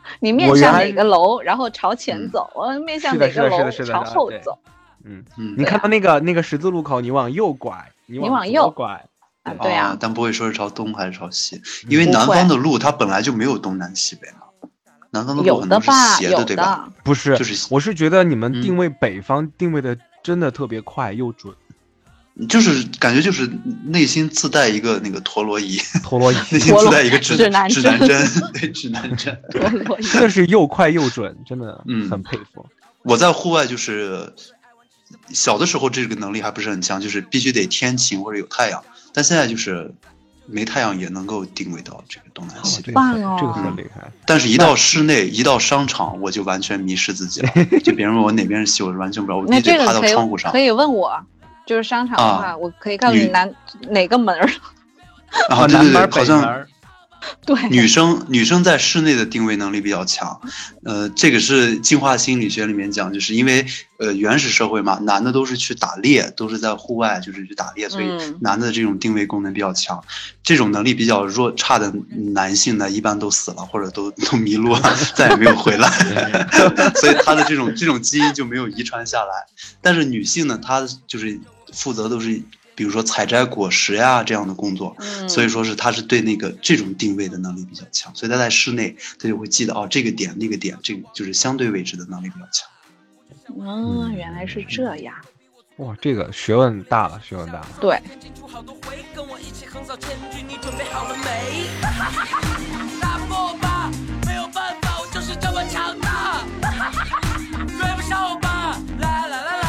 你面向哪个楼，然后朝前走；嗯、面向哪个楼，朝后走。 嗯嗯，你看到那个、啊、那个十字路口，你往右拐，你往右拐。 啊，对啊、 哦，但不会说是朝东还是朝西，因为南方的路它本来就没有东南西北嘛。南方的路很多是斜的，对吧？ 不是， 就是我是觉得你们定位北方、嗯、定位的真的特别快又准， 就是感觉就是内心自带一个那个陀螺仪， 陀螺仪内心自带一个指指南指南针，对，指南针， 陀螺仪真的是又快又准，真的很佩服。 嗯、我在户外就是小的时候这个能力还不是很强，就是必须得天晴或者有太阳，但现在就是没太阳也能够定位到这个东南西北， 棒哦， 这个很厉害。 但是，一到室内，一到商场，我就完全迷失自己了。就别人问我哪边是西，我完全不知道，我必须得爬到窗户上。 可以问我，就是商场的话，啊、我可以告诉你哪哪个门儿。 啊，对对对，好像。 对， 女生女生在室内的定位能力比较强，呃，这个是进化心理学里面讲，就是因为呃原始社会嘛，男的都是去打猎，都是在户外就是去打猎，所以男的这种定位功能比较强。嗯、这种能力比较弱差的男性呢，一般都死了或者都都迷路了，再也没有回来，所以他的这种这种基因就没有遗传下来。但是女性呢，她就是负责都是。比如说采摘果实呀这样的工作，嗯、所以说是他是对那个这种定位的能力比较强，所以他在室内他就会记得哦这个点那个点，这个就是相对位置的能力比较强。 哦，原来是这样。 哇，这个学问大了，学问大了。 对。 跟我一起横扫千军，你准备好了没？打不过我吧，没有办法，我就是这么强大。追不上我吧，啦啦啦啦。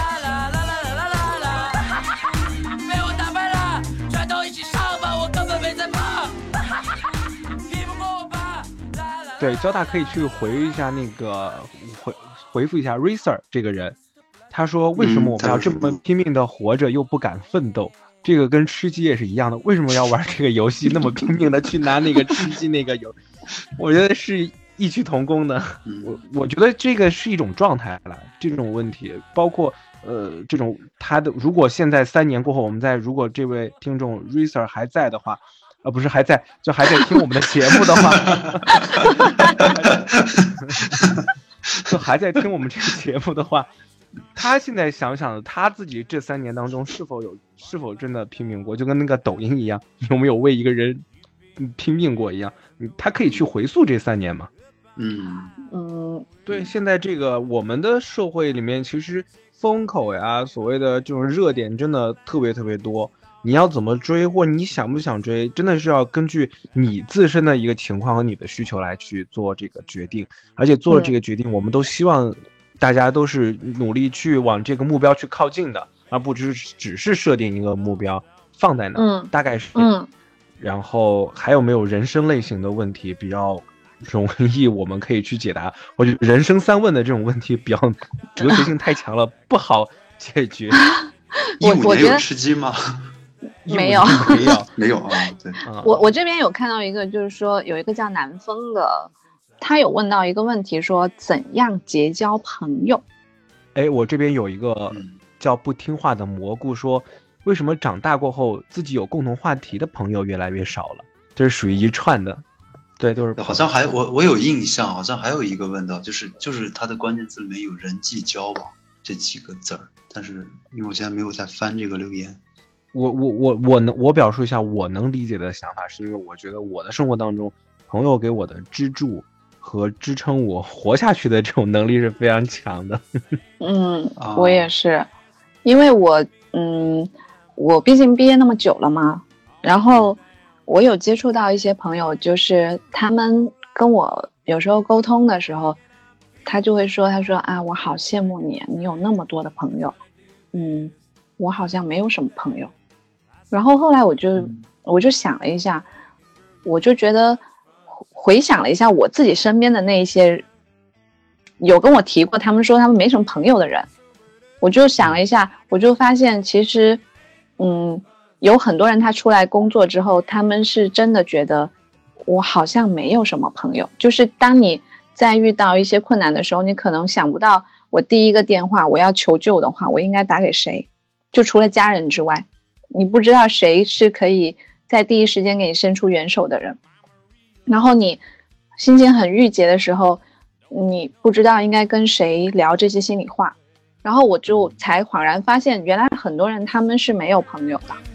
对，交大可以去回一下那个回回复一下 Racer 这个人，他说为什么我们要这么拼命的活着又不敢奋斗？嗯、这个跟吃鸡也是一样的，为什么要玩这个游戏那么拼命的去拿那个吃鸡那个游？我觉得是异曲同工的。我我觉得这个是一种状态了，这种问题包括呃这种他的，如果现在三年过后，我们在如果这位听众 Racer 还在的话。呃，不是还在，就还在听我们的节目的话，就还在听我们这个节目的话，他现在想想他自己这三年当中是否有，是否真的拼命过，就跟那个抖音一样，有没有为一个人拼命过一样，他可以去回溯这三年嘛。 嗯嗯， 对，现在这个我们的社会里面，其实风口呀，所谓的这种热点真的特别特别多。你要怎么追，或你想不想追，真的是要根据你自身的一个情况和你的需求来去做这个决定。而且做了这个决定，我们都希望大家都是努力去往这个目标去靠近的，而不只是只是设定一个目标放在那， 嗯， 大概是， 嗯。 然后还有没有人生类型的问题比较容易我们可以去解答？我觉得人生三问的这种问题比较哲学性太强了，不好解决。 一五年有吃鸡吗？ 没有， 没有， 没有啊！对， 我我这边有看到一个，就是说有一个叫南风的，他有问到一个问题，说怎样结交朋友？ 哎，我这边有一个叫不听话的蘑菇说，为什么长大过后自己有共同话题的朋友越来越少了？这是属于一串的，对，都是好像还我我有印象，好像还有一个问到，就是就是他的关键词里面有人际交往这几个字儿，但是因为我现在没有在翻这个留言。 我我我我能我表述一下我能理解的想法，是因为我觉得我的生活当中，朋友给我的支柱和支撑我活下去的这种能力是非常强的。 嗯，我也是，因为我嗯，我毕竟毕业那么久了嘛，然后我有接触到一些朋友，就是他们跟我有时候沟通的时候，他就会说，他说啊，我好羡慕你，你有那么多的朋友，嗯，我好像没有什么朋友。然后后来我就我就想了一下，我就觉得回想了一下我自己身边的那一些有跟我提过他们说他们没什么朋友的人，我就想了一下，我就发现其实嗯有很多人他出来工作之后，他们是真的觉得我好像没有什么朋友，就是当你在遇到一些困难的时候，你可能想不到我第一个电话我要求救的话我应该打给谁，就除了家人之外，你不知道谁是可以在第一时间给你伸出援手的人。然后你心情很郁结的时候，你不知道应该跟谁聊这些心里话，然后我就才恍然发现，原来很多人他们是没有朋友的。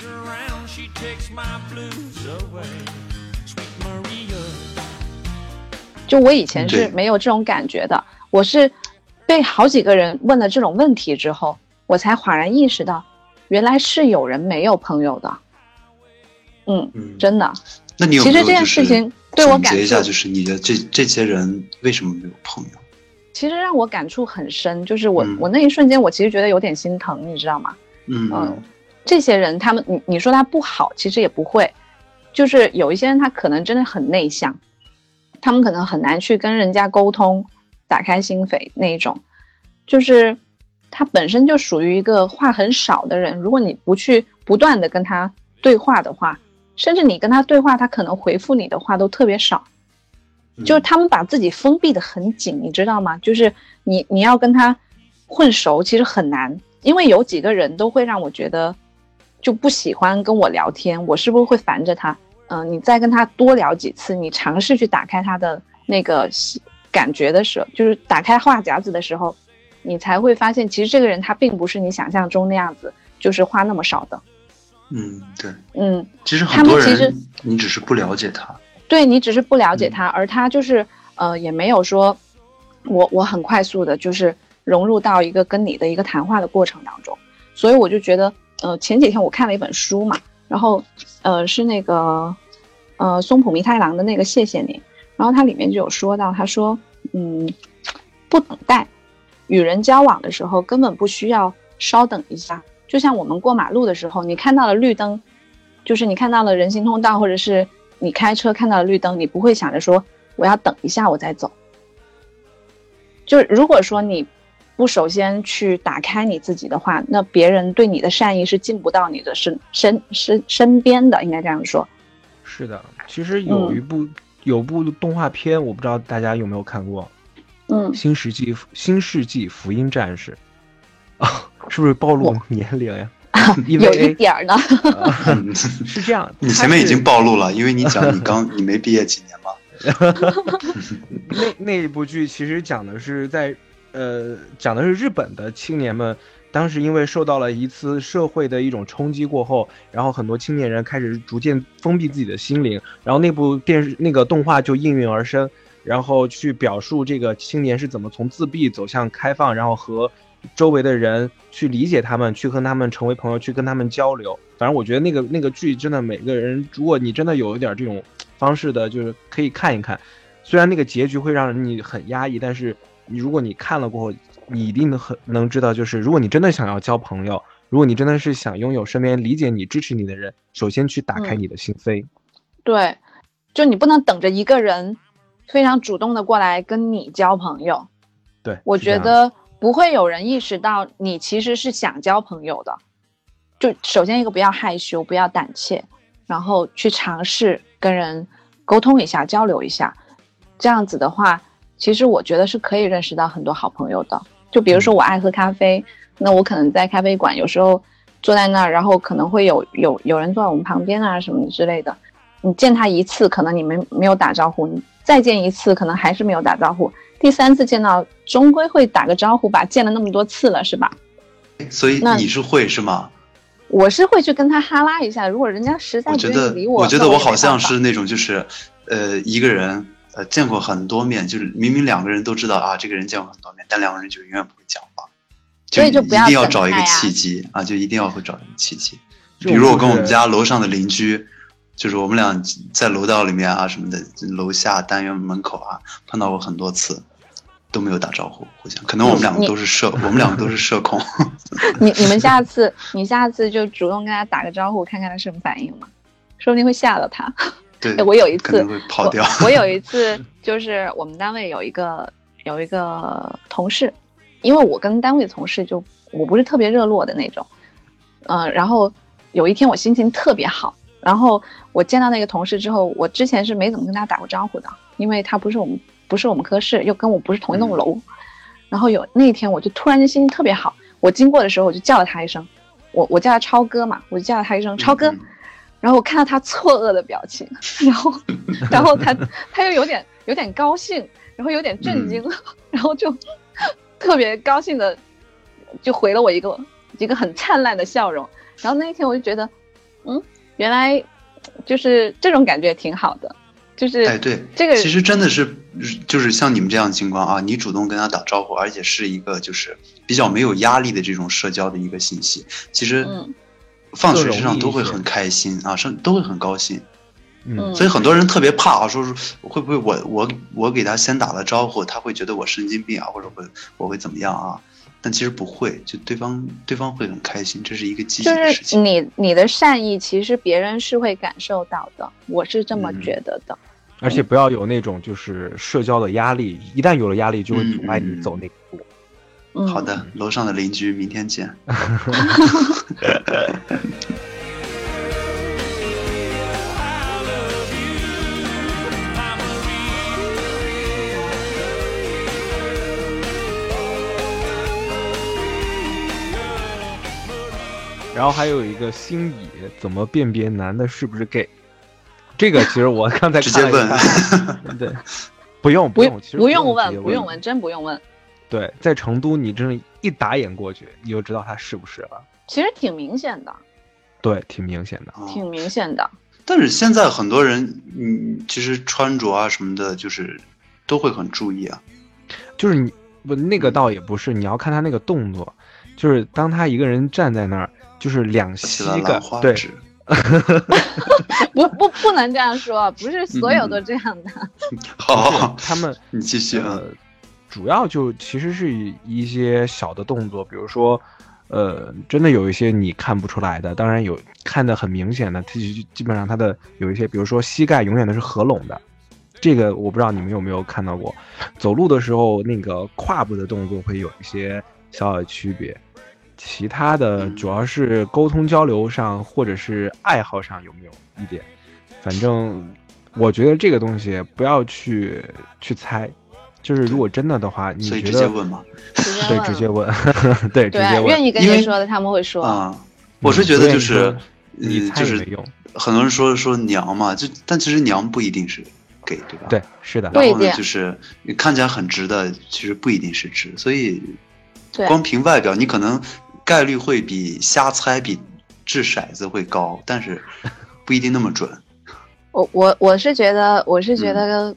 就我以前是没有这种感觉的，我是被好几个人问了这种问题之后，我才恍然意识到，原来是有人没有朋友的。嗯，嗯真的。 那你有没有其实这件事情对我感触， 总结一下，就是你的这这些人为什么没有朋友？ 其实让我感触很深，就是我、嗯、我那一瞬间，我其实觉得有点心疼，你知道吗？ 嗯嗯， 这些人他们，你你说他不好，其实也不会，就是有一些人他可能真的很内向，他们可能很难去跟人家沟通，打开心扉那一种，就是他本身就属于一个话很少的人，如果你不去不断的跟他对话的话，甚至你跟他对话，他可能回复你的话都特别少。就是他们把自己封闭的很紧，你知道吗？就是你你要跟他混熟其实很难，因为有几个人都会让我觉得就不喜欢跟我聊天，我是不是会烦着他？嗯、呃，你再跟他多聊几次，你尝试去打开他的那个感觉的时候，就是打开话匣子的时候，你才会发现其实这个人他并不是你想象中那样子，就是话那么少的。 嗯，对， 嗯， 其实很多人你只是不了解他。对，你只是不了解他，而他就是呃也没有说我我很快速的就是融入到一个跟你的一个谈话的过程当中，所以我就觉得呃前几天我看了一本书嘛，然后呃是那个呃松浦弥太郎的那个谢谢你，然后它里面就有说到，他说嗯不等待，与人交往的时候根本不需要稍等一下，就像我们过马路的时候，你看到了绿灯，就是你看到了人行通道，或者是你开车看到了绿灯，你不会想着说我要等一下我再走。就是如果说你不首先去打开你自己的话，那别人对你的善意是进不到你的身身身身边的，应该这样说。 是的，其实有一部、嗯、有部动画片，我不知道大家有没有看过， 嗯， 新世纪新世纪福音战士啊，是不是暴露年龄呀？ 有一点呢、 呃、是这样， 你前面已经暴露了，因为你讲你刚你没毕业几年嘛。 那那一部剧其实讲的是在呃讲的是日本的青年们当时因为受到了一次社会的一种冲击过后，然后很多青年人开始逐渐封闭自己的心灵，然后那部电视那个动画就应运而生，然后去表述这个青年是怎么从自闭走向开放，然后和周围的人去理解他们，去跟他们成为朋友，去跟他们交流。反正我觉得那个那个剧真的每个人，如果你真的有一点这种方式的，就是可以看一看。虽然那个结局会让你很压抑，但是你如果你看了过后，你一定能很能知道，就是如果你真的想要交朋友，如果你真的是想拥有身边理解你支持你的人，首先去打开你的心扉、嗯、 对，就你不能等着一个人非常主动的过来跟你交朋友。 对， 我觉得不会有人意识到你其实是想交朋友的。就首先一个不要害羞，不要胆怯，然后去尝试跟人沟通一下，交流一下，这样子的话其实我觉得是可以认识到很多好朋友的。就比如说我爱喝咖啡、嗯、那我可能在咖啡馆有时候坐在那儿，然后可能会有有有人坐在我们旁边啊什么之类的，你见他一次可能你没没有打招呼，你再见一次可能还是没有打招呼，第三次见到终归会打个招呼吧，见了那么多次了是吧？ 所以你是会是吗？ 我是会去跟他哈拉一下，如果人家实在不愿意理我， 我觉得我好像是那种就是呃一个人呃见过很多面，就是明明两个人都知道啊这个人见过很多面，但两个人就永远不会讲话， 所以就不要一定要找一个契机啊，就一定要会找一个契机。比如我跟我们家楼上的邻居，就是我们俩在楼道里面啊什么的，楼下单元门口啊碰到过很多次，都没有打招呼，互相可能我们两个都是社，我们两个都是社恐。 你你们下次你下次就主动跟他打个招呼，看看他什么反应嘛，说不定会吓到他。 对， 我有一次可能会跑掉。 我, 我有一次就是我们单位有一个有一个同事，因为我跟单位同事就我不是特别热络的那种，嗯、呃，然后有一天我心情特别好，然后我见到那个同事之后，我之前是没怎么跟他打过招呼的，因为他不是我们不是我们科室，又跟我不是同一栋楼。嗯、然后有那一天我就突然间心情特别好，我经过的时候我就叫了他一声，我我叫他超哥嘛，我就叫了他一声超哥。嗯然后我看到他错愕的表情，然后然后他他又有点有点高兴，然后有点震惊，嗯、然后就特别高兴的就回了我一个一个很灿烂的笑容。然后那一天我就觉得，嗯，原来就是这种感觉挺好的。就是哎，对， 这个其实真的是，就是像你们这样的情况啊，你主动跟他打招呼，而且是一个就是比较没有压力的这种社交的一个信息，其实放水身上都会很开心啊，上都会很高兴。嗯，所以很多人特别怕啊，说是会不会我我我给他先打了招呼，他会觉得我神经病啊，或者会我会怎么样啊？但其实不会，就对方对方会很开心，这是一个积极的事情。 就是你你的善意，其实别人是会感受到的，我是这么觉得的。 嗯、而且不要有那种就是社交的压力，一旦有了压力，就会阻碍你走那一步。 嗯、 好的，楼上的邻居，明天见。 然后还有一个心理，怎么辨别男的是不是 gay？ 这个其实我刚才直接问， 对，不用不用，其实不用问，不用问，真不用问。 对，在成都，你真的一打眼过去，你就知道他是不是了。 其实挺明显的。 对，挺明显的， 挺明显的。 但是现在很多人，嗯，其实穿着啊什么的，就是都会很注意啊。 就是你不那个倒也不是，你要看他那个动作，就是当他一个人站在那儿。就是两膝盖，对， 不不不能这样说，不是所有都这样的。 嗯、好， 他们你继续啊、 呃。主要就其实是一些小的动作，比如说，呃，真的有一些你看不出来的，当然有看得很明显的，它基本上它的有一些，比如说膝盖永远都是合拢的，这个我不知道你们有没有看到过。走路的时候那个胯部的动作会有一些小小的区别。其他的主要是沟通交流上或者是爱好上有没有一点，反正我觉得这个东西不要去去猜，就是如果真的的话，你觉得直接问吗？ 对，直接问，对，直接问。 愿意跟你说的他们会说啊。我是觉得就是你猜也没用， 很多人说说娘嘛，就但其实娘不一定是 gay， 对吧？ 对，是的。 然后呢，就是你看起来很直的，其实不一定是直，所以光凭外表，你可能。概率会比瞎猜比掷骰子会高，但是不一定那么准。 我我我是觉得我是觉得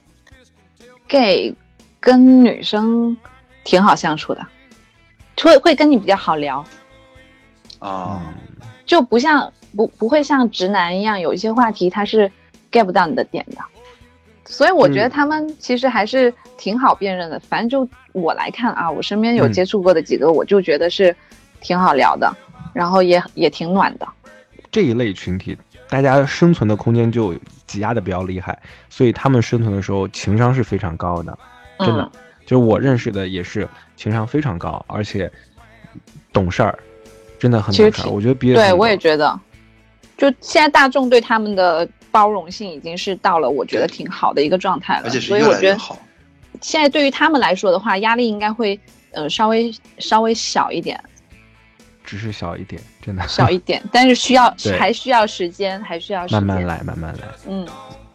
gay 跟女生挺好相处的，会会跟你比较好聊啊、 嗯， 就不像不不会像直男一样有一些话题他是 get 不到你的点的，所以我觉得他们其实还是挺好辨认的。嗯、反正就我来看啊，我身边有接触过的几个，嗯、我就觉得是。挺好聊的，然后也也挺暖的。 这一类群体，大家生存的空间就挤压的比较厉害，所以他们生存的时候情商是非常高的，真的。嗯、就是我认识的也是情商非常高，而且懂事儿，真的很懂事儿。我觉得比对我也觉得，就现在大众对他们的包容性已经是到了我觉得挺好的一个状态了， 而且是所以我觉得现在对于他们来说的话，压力应该会呃稍微稍微小一点。 只是小一点，真的小一点，但是需要还需要时间，还需要时间慢慢来，慢慢来。 嗯。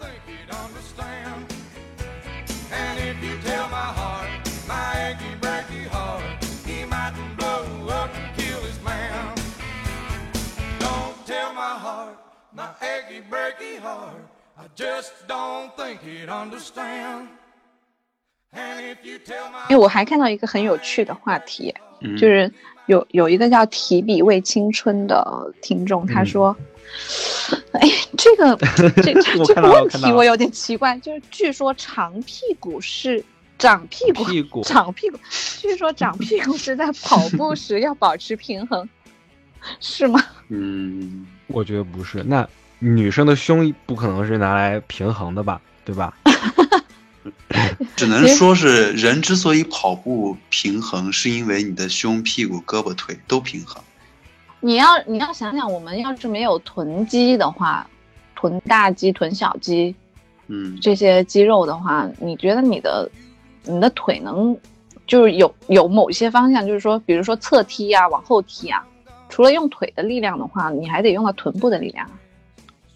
因为我还看到一个很有趣的话题， 嗯、 就是。有有一个叫提笔为青春的听众，他说：“嗯、哎，这个这这个问题我有点奇怪，就是据说长屁股是长屁股， 屁股长屁股，据说长屁股是在跑步时要保持平衡，是吗？” 嗯， 我觉得不是。那女生的胸不可能是拿来平衡的吧？对吧？ 只能说是人之所以跑步平衡，是因为你的胸、屁股、胳膊、腿都平衡。 你要你要想想，我们要是没有臀肌的话，臀大肌、臀小肌， 嗯， 这些肌肉的话，你觉得你的你的腿能就是有有某些方向，就是说，比如说侧踢啊、往后踢啊，除了用腿的力量的话，你还得用到臀部的力量。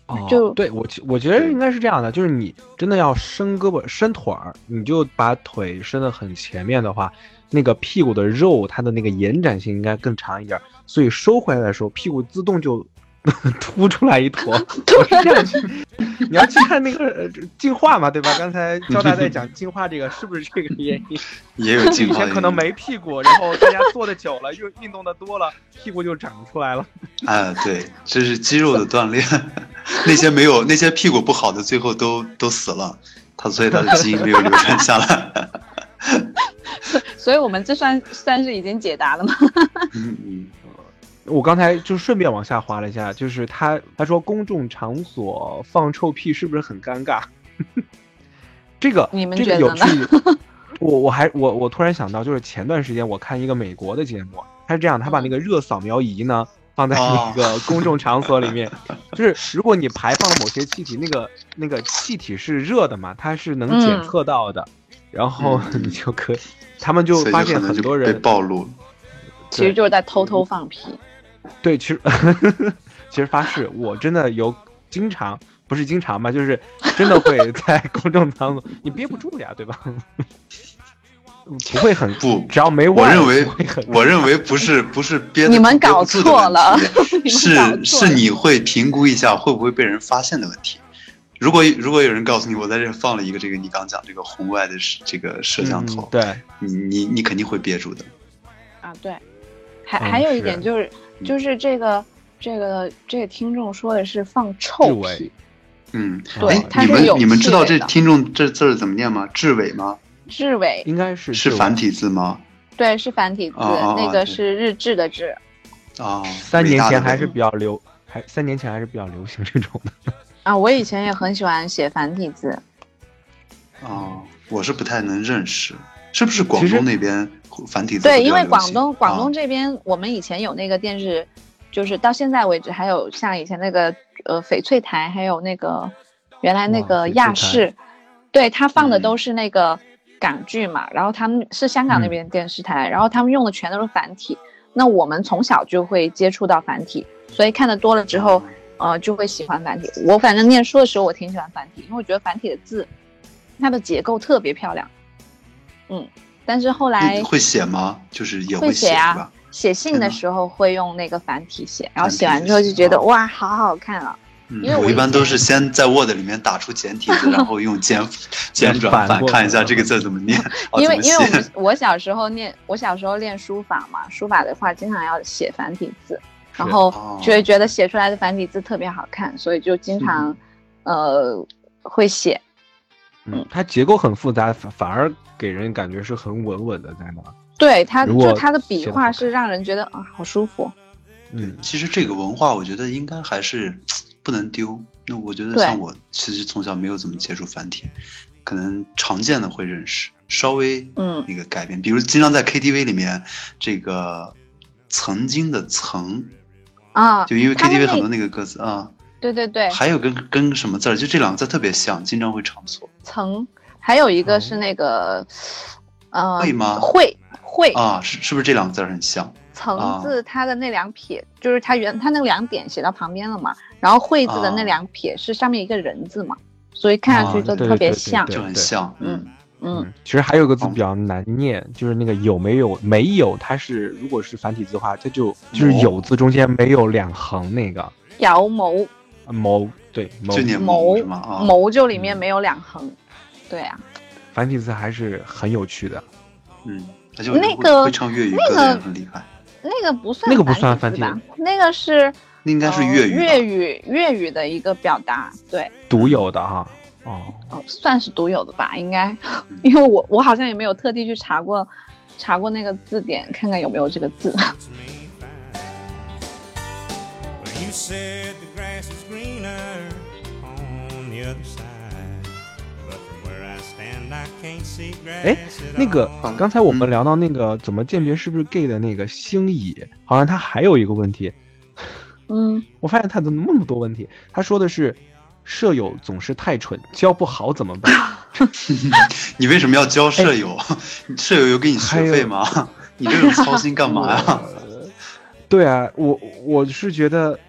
哦， 就对我我觉得应该是这样的，就是你真的要伸胳膊伸腿儿，你就把腿伸得很前面的话，那个屁股的肉它的那个延展性应该更长一点，所以收回来的时候屁股自动就凸出来一坨。我是这样去，你要去看那个呃进化嘛，对吧？刚才交大在讲进化这个是不是这个原因？ 也有进化。 以前可能没屁股，然后大家坐的久了，又运动的多了，屁股就长出来了。 哎，对，这是肌肉的锻炼。那些没有那些屁股不好的，最后都都死了，他所以他的基因没有流传下来。 所以我们这算算是已经解答了吗？ 嗯嗯。 我刚才就顺便往下滑了一下，就是他他说公众场所放臭屁是不是很尴尬？这个你们这觉得呢？ 个有趣。我我还我我突然想到，就是前段时间我看一个美国的节目，他是这样，他把那个热扫描仪呢放在那个公众场所里面，哦、就是如果你排放了某些气体，那个那个气体是热的嘛，它是能检测到的，嗯、然后你就可以，他们就发现很多人被暴露， 其实就是在偷偷放屁。 对，其实其实发誓，我真的有经常不是经常吧，就是真的会在公众场所，你憋不住呀，对吧？不会很不， 只要没我认为，我认为不是不是憋得你们搞错了， 是是你会评估一下会不会被人发现的问题。如果如果有人告诉你我在这放了一个这个你刚讲这个红外的这个摄像头， 嗯、对， 你你你肯定会憋住的。 啊，对，还还有一点就是。就是这个这个这个听众说的是放臭屁， 嗯， 对， 你们你们知道这听众这字儿怎么念吗？志伟吗？ 志伟应该是是繁体字吗？ 对，是繁体字， 哦、 那个是日志的志。 哦， 三年前还是比较流，还三年前还是比较流行这种的。 啊，我以前也很喜欢写繁体字。 哦，我是不太能认识。是不是广东那边繁体字？ 对，因为广东广东这边，我们以前有那个电视，就是到现在为止，还有像以前那个呃翡翠台，还有那个原来那个亚视，对，他放的都是那个港剧嘛，然后他们是香港那边电视台，然后他们用的全都是繁体。那我们从小就会接触到繁体，所以看的多了之后，呃，就会喜欢繁体。我反正念书的时候，我挺喜欢繁体，因为我觉得繁体的字，它的结构特别漂亮。嗯，但是后来会写吗？就是也会写啊，写信的时候会用那个繁体写，然后写完之后就觉得哇，好好看啊。 嗯、 因为 我, 我一般都是先在 Word 里面打出简体字，然后用简简转繁看一下这个字怎么念。 因为因为我们我小时候念我小时候练书法嘛，书法的话经常要写繁体字，然后就会觉得写出来的繁体字特别好看，所以就经常呃会写。 嗯，它结构很复杂，反反而给人感觉是很稳稳的在那。 对，它就它的笔画是让人觉得啊好舒服。 嗯，其实这个文化我觉得应该还是不能丢。那我觉得像我其实从小没有怎么接触繁体，可能常见的会认识，稍微嗯那个改变，嗯、比如经常在 K T V 里面这个曾经的曾啊， 就因为 K T V 很多那个歌词啊。 对对对， 还有跟跟什么字儿，就这两个字特别像，经常会唱错。 曾，还有一个是那个，呃， 会吗？ 会会啊，是是不是这两个字很像？ 曾字它的那两撇，啊、就是它原它那两点写到旁边了嘛，然后会字的那两撇是上面一个人字嘛，所以看上去就特别像， 就很像。 嗯嗯， 其实还有个字比较难念，就是那个有没有没有，它是如果是繁体字的话，它就就是有字中间没有两横那个。 姚谋。 谋对谋谋是吗？啊， 谋就里面没有两横，嗯、对啊。 繁体字还是很有趣的， 嗯， 那个会唱粤语歌的人很厉害。 那个不算， 那个不算繁体吧？那个是那应该是粤语、 呃，粤语粤语的一个表达，对， 独有的哈。哦哦，算是独有的吧，应该，因为我我好像也没有特地去查过查过那个字典，看看有没有这个字。 You said the grass is greener on the other side, but from where I stand I can't see grass. 哎，那个刚才我们聊到那个怎么鉴别是不是 gay 的那个星乙，好像他还有一个问题。 嗯， 我发现他怎么那么多问题？他说的是舍友总是太蠢，教不好怎么办？ 你为什么要教舍友？舍友有给你学费吗？你这种操心干嘛呀？ 对啊，我我是觉得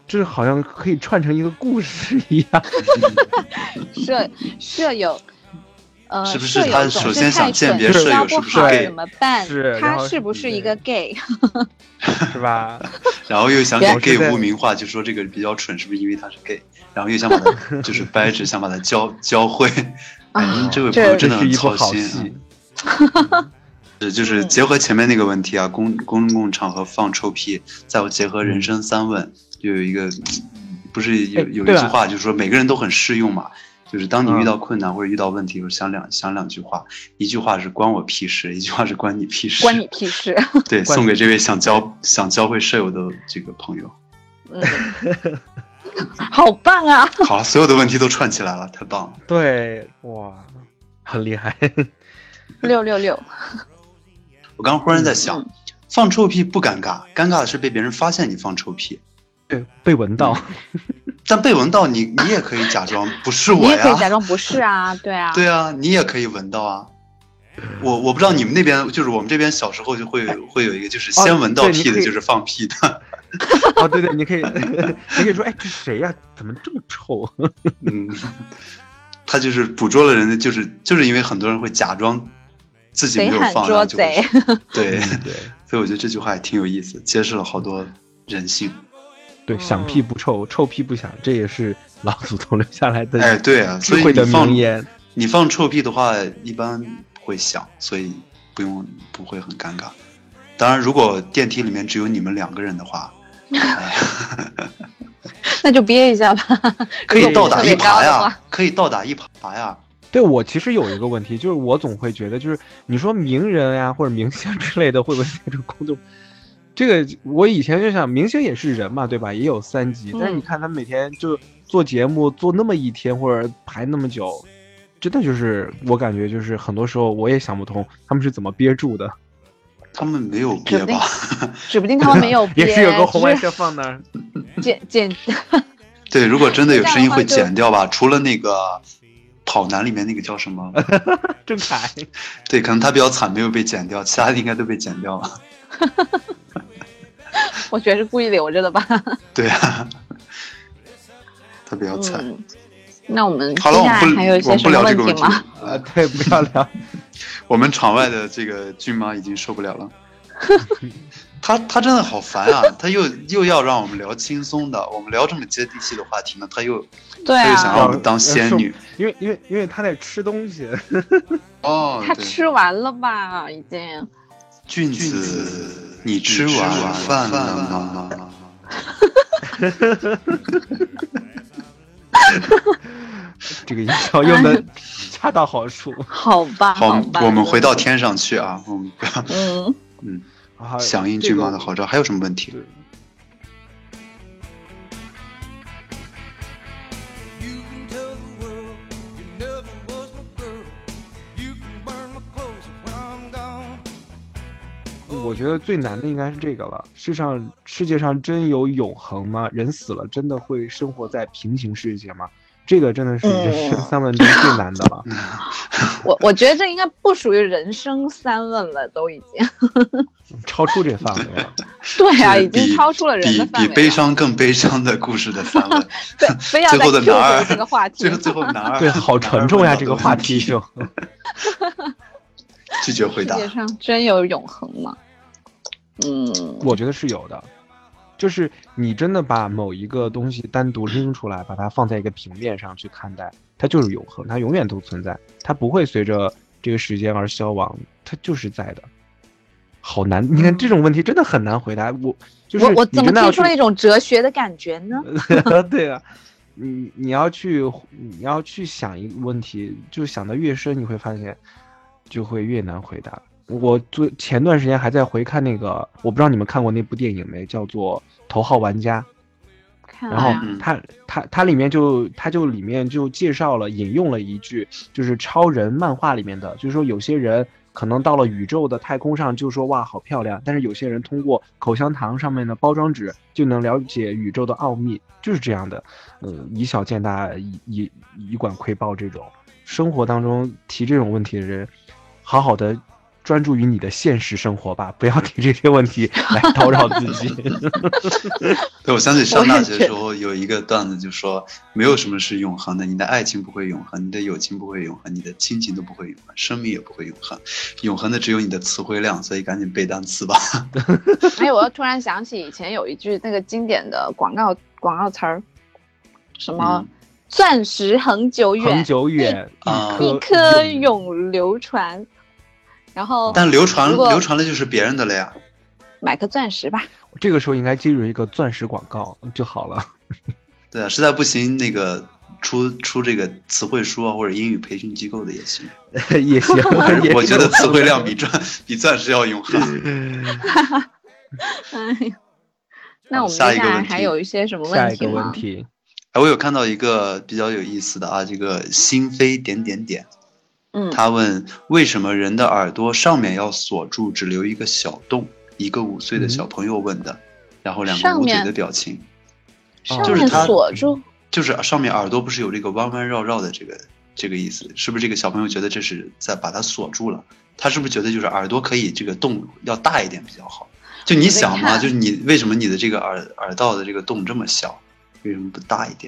这好像可以串成一个故事一样。 舍舍友。呃， 是不是他首先想鉴别舍友是不是 gay？ 怎么办？ 是他是不是一个 gay？ 是吧？ 然后又想给 gay 污名化，就说这个比较蠢，是不是因为他是 gay？ 然后又想把他就是掰直，想把他教教会。哎，这位朋友真的很操心。是，就是结合前面那个问题啊，公公共场合放臭屁，再结合人生三问，就有一个不是有有一句话，就是说每个人都很适用嘛。就是当你遇到困难或者遇到问题，想两想两句话，一句话是关我屁事，一句话是关你屁事。 关你屁事。 对，送给这位想教想教会舍友的这个朋友。 嗯，好棒啊！ 好了，所有的问题都串起来了，太棒了。 对，哇，很厉害。 六六六。 我刚忽然在想，嗯、放臭屁不尴尬，尴尬的是被别人发现你放臭屁。 对，被闻到。 嗯但被闻到你，你也可以假装不是我呀。 你也可以假装不是啊，对啊。 对啊，你也可以闻到啊。我我不知道你们那边，就是我们这边小时候就会会有一个，就是先闻到屁的，就是放屁的。 哦，对对，你可以，你可以说，哎，这谁呀？怎么这么臭？ 嗯，他就是捕捉了人的，就是就是因为很多人会假装自己没有放， 捉贼。 对对，所以我觉得这句话也挺有意思，揭示了好多人性。 对，响屁不臭，臭屁不响，这也是老祖宗留下来的哎，对啊， 智慧的名言。 你放臭屁的话，一般会响，所以不用不会很尴尬。当然，如果电梯里面只有你们两个人的话，哎、 那就憋一下吧。 可以倒打一耙呀，可以倒打一耙呀。 对，我其实有一个问题，就是我总会觉得，就是你说名人呀或者明星之类的，会不会在这个公众？这个我以前就想，明星也是人嘛，对吧？也有三级，但是你看他每天就做节目做那么一天，或者排那么久，真的就是我感觉就是很多时候我也想不通他们是怎么憋住的。 他们没有憋吧？ 指不定他们没有憋， 也是有个红外线放那儿， 剪剪。 对，如果真的有声音会剪掉吧？除了那个跑男里面那个叫什么郑恺， 对，可能他比较惨，没有被剪掉，其他的应该都被剪掉了。 我觉得是故意留着的吧。 对啊，他比较惨、嗯。 那我们好了，我们不还有一些什么问题吗？ 啊，对，不要聊。 我们场外的这个俊妈已经受不了了。他他真的好烦啊！他又又要让我们聊轻松的，我们聊这么接地气的话题呢，他又对、啊、 他又想让我们当仙女， 因为因为因为他在吃东西。 哦， 他吃完了吧？已经。 俊子。你吃完饭了吗？ 这个音效用的恰到好处。 好吧， 好， 吧我们回到天上去啊！我们不要， 嗯嗯，响应俊妈的号召，还有什么问题？ 我觉得最难的应该是这个了。世上世界上真有永恒吗？人死了真的会生活在平行世界吗？这个真的是人生三问中最难的了。 嗯、我我觉得这应该不属于人生三问了，都已经超出这范围了。 对啊，已经超出了人的范围了。 比比悲伤更悲伤的故事的三问。 对，非要再 Q 回这个话题。 最后最后男二。 对，好沉重呀，这个话题就。 拒绝回答。 世界上真有永恒吗？嗯， 我觉得是有的。就是你真的把某一个东西单独拎出来，把它放在一个平面上去看待，它就是永恒，它永远都存在，它不会随着这个时间而消亡，它就是在的。好难，你看这种问题真的很难回答。我就是我我怎么听出了一种哲学的感觉呢？ 对啊，你你要去你要去想一个问题，就想得越深，你会发现就会越难回答。我最前段时间还在回看那个，我不知道你们看过那部电影没，叫做《头号玩家》。然后它它它里面就它就里面就介绍了引用了一句，就是超人漫画里面的，就是说有些人可能到了宇宙的太空上就说哇好漂亮，但是有些人通过口香糖上面的包装纸就能了解宇宙的奥秘，就是这样的。嗯，以小见大，以以以管窥豹，这种生活当中提这种问题的人，好好的专注于你的现实生活吧，不要提这些问题来叨扰自己。 对，我相信上大学的时候有一个段子，就说没有什么是永恒的，你的爱情不会永恒，你的友情不会永恒，你的亲情都不会永恒，生命也不会永恒，永恒的只有你的词汇量，所以赶紧背单词吧。 哎，我又突然想起以前有一句那个经典的广告广告词儿，什么、嗯、钻石恒久远， 恒久远， 一一颗永流传。然后， 但流传流传的就是别人的了呀。 买个钻石吧。 这个时候应该进入一个钻石广告就好了。 对啊，实在不行，那个出出这个词汇书啊，或者英语培训机构的也行。 也行， 我觉得词汇量比钻比钻石要永恒。 哎呦，那我们接下来还有一些什么问题吗？ 下一个问题， 哎，我有看到一个比较有意思的啊，这个心扉点点点。 嗯， 他问为什么人的耳朵上面要锁住，只留一个小洞？一个五岁的小朋友问的，嗯、然后两个捂嘴的表情， 就是他锁住， 就是上面耳朵不是有这个弯弯绕绕的这个这个意思？是不是这个小朋友觉得这是在把它锁住了？他是不是觉得就是耳朵可以这个洞要大一点比较好？就你想嘛，就是你为什么你的这个耳耳道的这个洞这么小，为什么不大一点？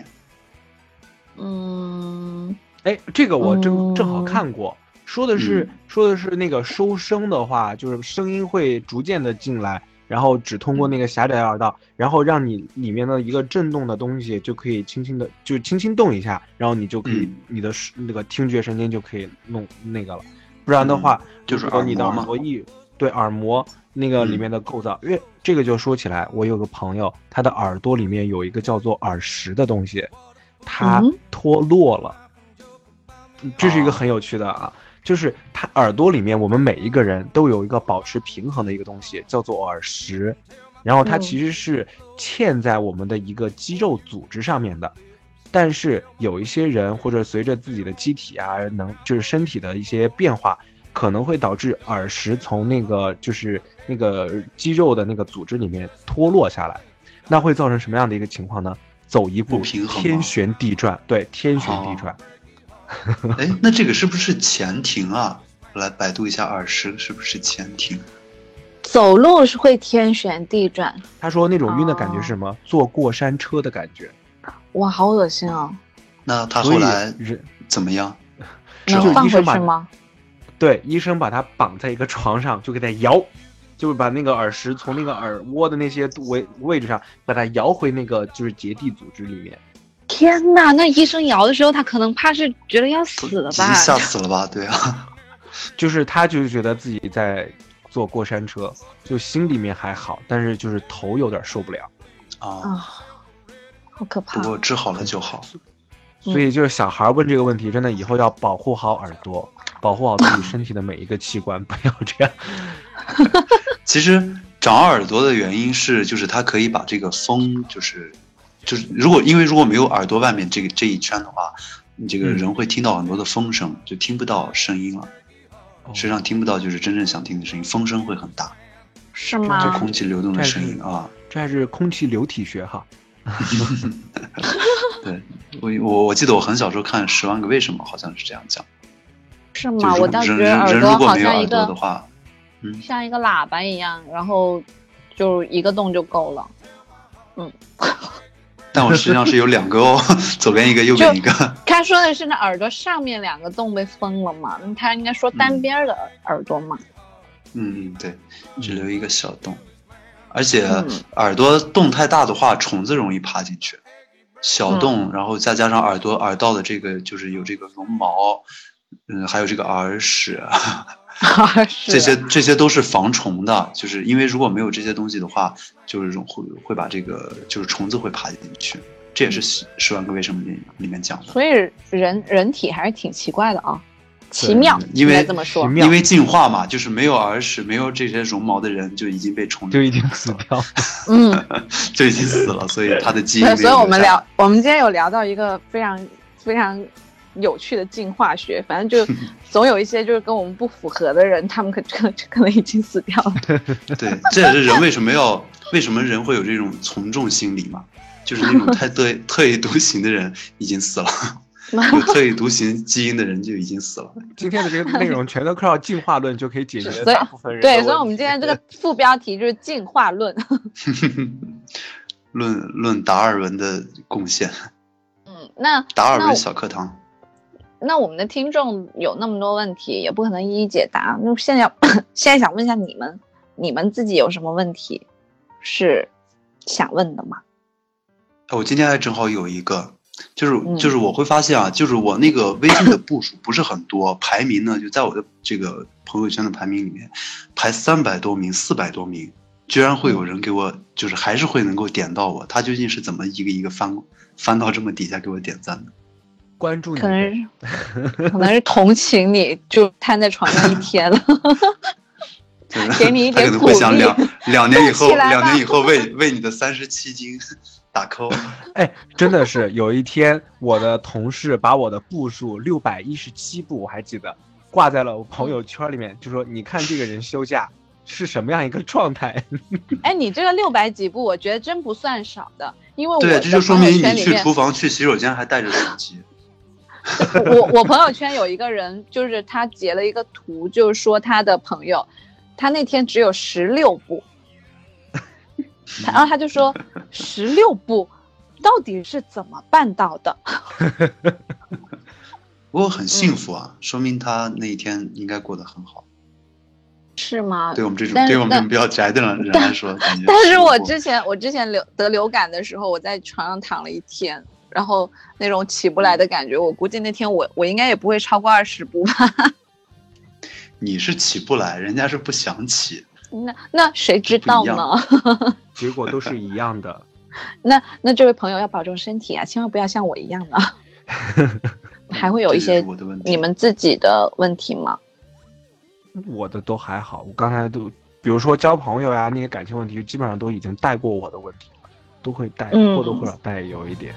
嗯。 哎，这个我正正好看过，说的是、嗯、说的是那个收声的话，就是声音会逐渐的进来，然后只通过那个狭窄耳道，然后让你里面的一个震动的东西就可以轻轻的就轻轻动一下，然后你就可以、嗯、你的那个听觉神经就可以弄那个了，不然的话、嗯、 就是你的耳朵一对耳膜那个里面的构造，因为这个就说起来，我有个朋友，他的耳朵里面有一个叫做耳石的东西，它脱落了。嗯，这是一个很有趣的啊，就是它耳朵里面，我们每一个人都有一个保持平衡的一个东西，叫做耳石，然后它其实是嵌在我们的一个肌肉组织上面的，但是有一些人或者随着自己的机体啊，能就是身体的一些变化，可能会导致耳石从那个就是那个肌肉的那个组织里面脱落下来，那会造成什么样的一个情况呢？走一步天旋地转，对，天旋地转。 哎，那这个是不是前庭啊？我来百度一下耳石是不是前庭。 走路是会天旋地转。 他说那种晕的感觉是什么？哦、坐过山车的感觉。 哇，好恶心啊！ 那他后来怎么样？ 能放回去吗？ 对，医生把他绑在一个床上，就给他摇，就是把那个耳石从那个耳窝的那些位位置上，把它摇回那个就是结缔组织里面。 天哪，那医生摇的时候，他可能怕是觉得要死了吧？ 吓死了吧？对啊， 就是他就是觉得自己在坐过山车，就心里面还好，但是就是头有点受不了啊、 哦，好可怕。 不过治好了就好。 所以就是小孩问这个问题，真的以后要保护好耳朵，保护好自己身体的每一个器官，不要这样。 其实长耳朵的原因是，就是它可以把这个风，就是就是如果因为如果没有耳朵外面这个这一圈的话，你这个人会听到很多的风声，嗯、就听不到声音了。实际上听不到就是真正想听的声音，风声会很大。 是吗？ 就空气流动的声音啊， 这还是空气流体学哈。 对，我我我记得我很小时候看《十万个为什么》，好像是这样讲。 是吗？我倒觉得耳朵好像一个的话， 嗯，像一个喇叭一样，然后就一个洞就够了。嗯。 但我实际上是有两个哦，左边一个，右边一个。 他说的是那耳朵上面两个洞被封了嘛？他应该说单边的耳朵嘛。 嗯，对，只留一个小洞，而且耳朵洞太大的话，虫子容易爬进去。小洞，然后再加上耳朵耳道的这个就是有这个绒毛，嗯，还有这个耳屎， 耳屎这些这些都是防虫的。就是因为如果没有这些东西的话，就是会会把这个就是虫子会爬进去。这也是十万个为什么里里面讲的。 所以人人体还是挺奇怪的啊。奇妙， 因为这么说， 因为进化嘛，就是没有耳屎、没有这些绒毛的人就已经被虫就已经死掉， 嗯， 就已经死了，所以他的基因没有。 所以我们聊，我们今天有聊到一个非常非常有趣的进化学，反正就总有一些就是跟我们不符合的人，他们可可可能已经死掉了。 对，这也是人为什么要为什么人会有这种从众心理嘛，就是那种太特特立独行的人已经死了。 有特异独行基因的人就已经死了。 今天的这个内容全都靠进化论就可以解决所以大部分人的对， 问题。 所以我们今天这个副标题就是进化论。 论论达尔文的贡献。 嗯，那达尔文小课堂。 那我们的听众有那么多问题，也不可能一一解答。那现在现在想问一下你们，你们自己有什么问题是想问的吗？ 我今天还正好有一个，就是嗯就是我会发现啊，就是我那个微信的步数不是很多，排名呢就在我的这个朋友圈的排名里面排三百多名、四百多名，居然会有人给我，就是还是会能够点到我，他究竟是怎么一个一个翻翻到这么底下给我点赞的？ 关注你， 可能是可能是同情你，就瘫在床上一天了。给你一点鼓励。 他可能会想两两年以后， 动起来吧两年以后为为你的三十七斤打 call。 哎，真的是有一天，我的同事把我的步数六百一十七步，我还记得挂在了我朋友圈里面，就说你看这个人休假是什么样一个状态。 哎，你这个六百几步，我觉得真不算少的，因为我对，这就说明你去面厨房、去洗手间还带着手机。 我我朋友圈有一个人，就是他截了一个图，就是说他的朋友，他那天只有十六步，然后他就说十六步到底是怎么办到的？ 不过很幸福啊，说明他那一天应该过得很好。 是吗？ 对我们这种但对我们这种比较宅的人来说，感觉。 但是我之前我之前流得流感的时候，我在床上躺了一天。然后那种起不来的感觉，我估计那天我我应该也不会超过二十步吧。 你是起不来，人家是不想起。 那那谁知道呢？ 结果都是一样的。 那那这位朋友要保重身体啊，千万不要像我一样呢。还会有一些你们自己的问题吗？ 我的都还好，我刚才都比如说交朋友呀、啊、那些感情问题，基本上都已经带过我的问题了，都会带、嗯、或多或少带有一点。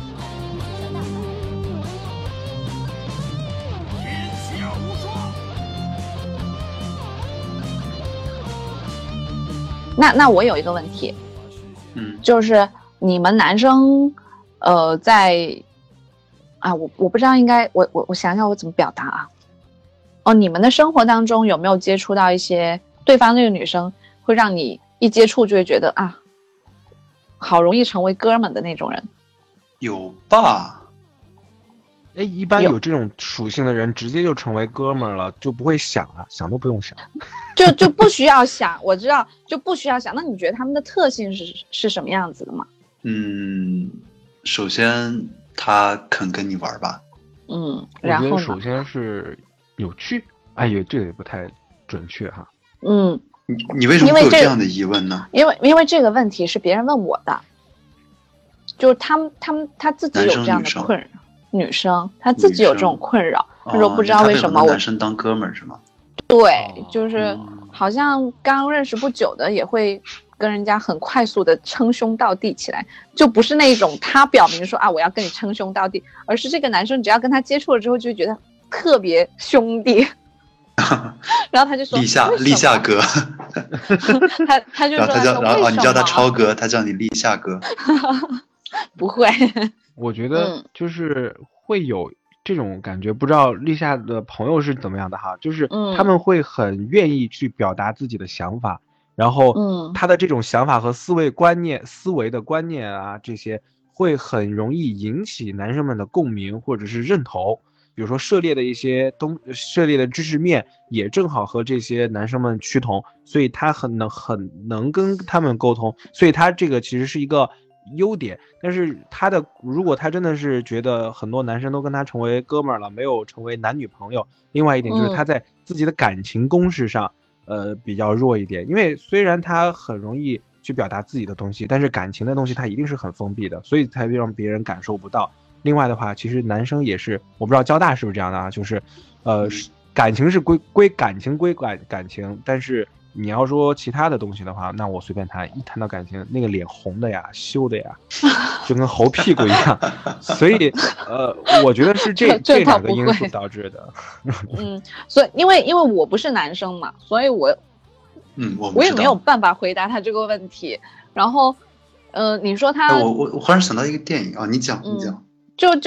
那那我有一个问题， 嗯， 就是你们男生，呃，在啊，我我不知道应该我我我想想我怎么表达啊？哦，你们的生活当中有没有接触到一些对方这个女生会让你一接触就会觉得啊，好容易成为哥们的那种人？ 有吧？ 哎，一般有这种属性的人，直接就成为哥们儿了，就不会想啊，想都不用想， 就就不需要想。我知道，就不需要想。那你觉得他们的特性是是什么样子的吗？ 嗯，首先他肯跟你玩吧。 嗯，然后呢？ 我觉得首先是有趣。哎呀，这个也不太准确哈。 嗯， 你你为什么会有这样的疑问呢？ 因为因为这个问题是别人问我的，就是他们他们他自己有这样的困扰。女生她自己有这种困扰，她说不知道为什么我、 哦、男生当哥们儿是吗？ 对，就是好像刚认识不久的也会跟人家很快速的称兄道弟起来，就不是那种他表明说啊我要跟你称兄道弟，而是这个男生只要跟他接触了之后就觉得特别兄弟，然后他就说立夏立夏哥， 他他就说他叫然后你叫他超哥，他叫你立夏哥， 不会。 我觉得就是会有这种感觉，不知道立夏的朋友是怎么样的哈，就是他们会很愿意去表达自己的想法，然后他的这种想法和思维观念、思维的观念啊，这些会很容易引起男生们的共鸣或者是认同。比如说涉猎的一些东涉猎的知识面也正好和这些男生们趋同，所以他很能很能跟他们沟通，所以他这个其实是一个优点。但是他的如果他真的是觉得很多男生都跟他成为哥们儿了，没有成为男女朋友，另外一点就是他在自己的感情攻势上、嗯、呃比较弱一点。因为虽然他很容易去表达自己的东西，但是感情的东西他一定是很封闭的，所以才会让别人感受不到。另外的话，其实男生也是，我不知道交大是不是这样的啊，就是呃感情是归归感情归感感情，但是你要说其他的东西的话，那我随便谈，一谈到感情，那个脸红的呀，羞的呀，就跟猴屁股一样。所以，呃，我觉得是这这两个因素导致的。 嗯，所以因为因为我不是男生嘛，所以我， 嗯，我我也没有办法回答他这个问题。然后，呃，你说他， 我我我忽然想到一个电影啊，你讲你讲。 嗯就就也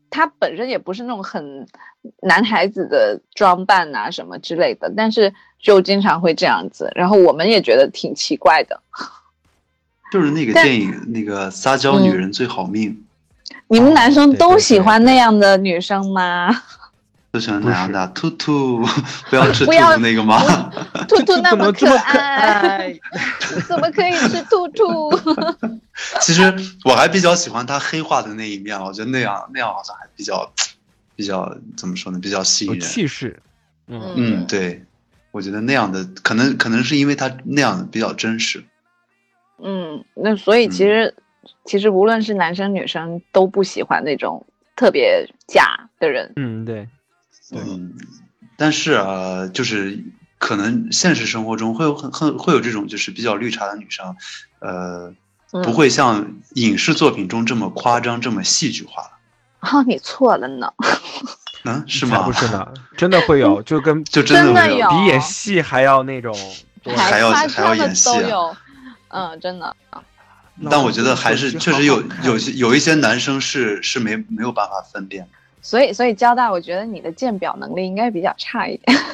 他本身也不是那种很男孩子的装扮啊什么之类的，但是就经常会这样子，然后我们也觉得挺奇怪的。 就是那个电影那个撒娇女人最好命、 嗯、你们男生都喜欢那样的女生吗？ 都喜欢那样的兔兔，不要吃兔兔那个吗？ 兔兔那么可爱，怎么可以吃兔兔？ 其实我还比较喜欢他黑化的那一面，我觉得那样那样好像还比较比较怎么说呢，比较吸引人， 有气势。 嗯嗯，对，我觉得那样的可能可能是因为他那样的比较真实。 嗯，那所以其实、嗯、其实无论是男生女生都不喜欢那种特别假的人。 嗯，对。 嗯，但是啊，就是可能现实生活中会有很很会有这种就是比较绿茶的女生，呃， 嗯、 不会像影视作品中这么夸张、这么戏剧化了。 哦，你错了呢。 嗯，是吗？ 不是呢，真的会有，就跟就真的会有， 比演戏还要那种， 还要还要演戏、 啊。嗯，真的。 但我觉得还是确实有有有一些男生是是没没有办法分辨。 所以，所以交大，我觉得你的鉴表能力应该比较差一点。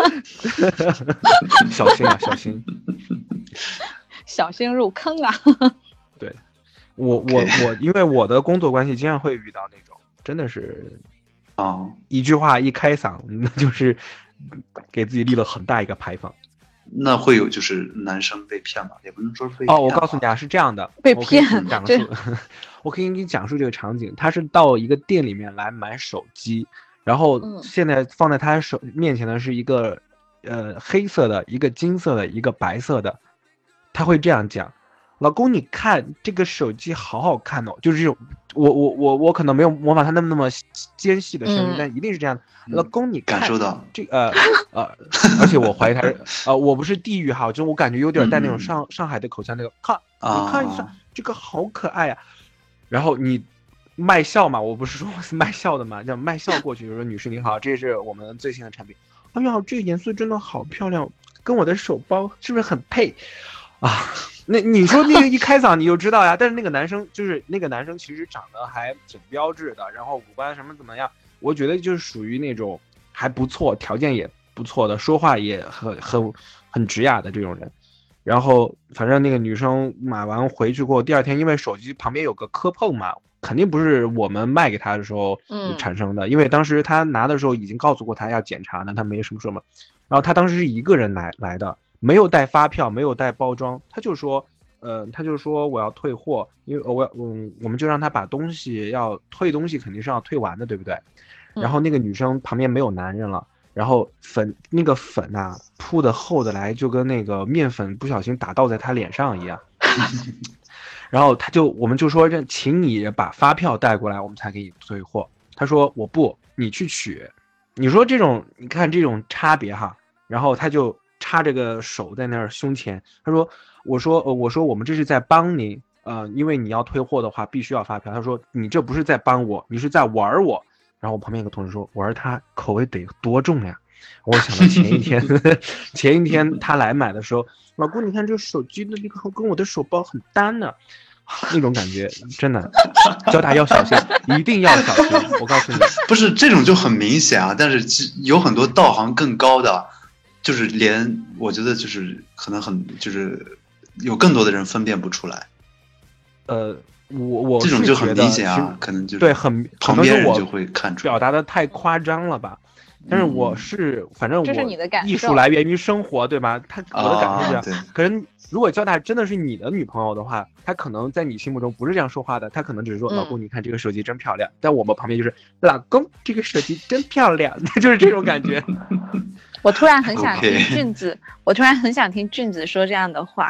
小心啊，小心， 小心入坑啊！ 对，我我我，因为我的工作关系，经常会遇到那种，真的是啊，哦、 一句话一开嗓，那就是给自己立了很大一个牌坊。 那会有就是男生被骗吗？也不能说被骗。 哦，我告诉你啊，是这样的， 被骗。 讲述，我可以给你讲述这个场景。他是到一个店里面来买手机，然后现在放在他手面前的是一个呃黑色的、一个金色的、一个白色的。他会这样讲：“老公，你看这个手机好好看哦。”就是这种，我我我我可能没有模仿他那么那么尖细的声音，嗯、但一定是这样的。老公，你看感受到这呃呃，而且我怀疑他是呃，我不是地域哈，就我感觉有点带那种上、嗯、上海的口腔，那个看你看一下、啊、这个好可爱呀、啊。然后你卖笑嘛，我不是说我是卖笑的嘛，叫卖笑过去，就说女士您好，这是我们最新的产品。哎呀，这个颜色真的好漂亮，跟我的手包是不是很配啊？那你说那个一开嗓你就知道呀，但是那个男生就是那个男生其实长得还挺标致的，然后五官什么怎么样？我觉得就是属于那种还不错，条件也不错的，说话也很很很直雅的这种人。然后反正那个女生买完回去过后，第二天因为手机旁边有个磕碰嘛，肯定不是我们卖给她的时候产生的，嗯、因为当时她拿的时候已经告诉过她要检查呢，她没什么说嘛。然后她当时是一个人来来的，没有带发票，没有带包装，她就说，呃，她就说我要退货，因为我要嗯，我们就让她把东西要退东西肯定是要退完的，对不对？然后那个女生旁边没有男人了，然后粉那个粉啊铺的厚的来，就跟那个面粉不小心打到在她脸上一样。然后他就我们就说这，请你把发票带过来，我们才给你退货。他说我不，你去取。你说这种，你看这种差别哈。然后他就插着个手在那儿胸前，他说，我说呃我说我们这是在帮您，呃，因为你要退货的话必须要发票。他说你这不是在帮我，你是在玩我。然后我旁边有个同事说，玩他口味得多重呀？我想到前一天前一天他来买的时候，老公你看这个手机的这个跟我的手包很搭呢，那种感觉真的，交大要小心，一定要小心。我告诉你， 不是这种就很明显啊，但是有很多道行更高的，就是连我觉得就是可能很就是有更多的人分辨不出来。 呃，我我这种就很明显啊，可能就对很旁边人就会看出来， 表达的太夸张了吧。但是我是，嗯、反正我艺术来源于生活，对吧？他我的感受是这样。哦、可是如果交大真的是你的女朋友的话，他可能在你心目中不是这样说话的，他可能只是说、嗯、老公，你看这个手机真漂亮。但我们旁边就是老公，这个手机真漂亮，就是这种感觉。 我突然很想听俊子， okay. 我突然很想听俊子说这样的话。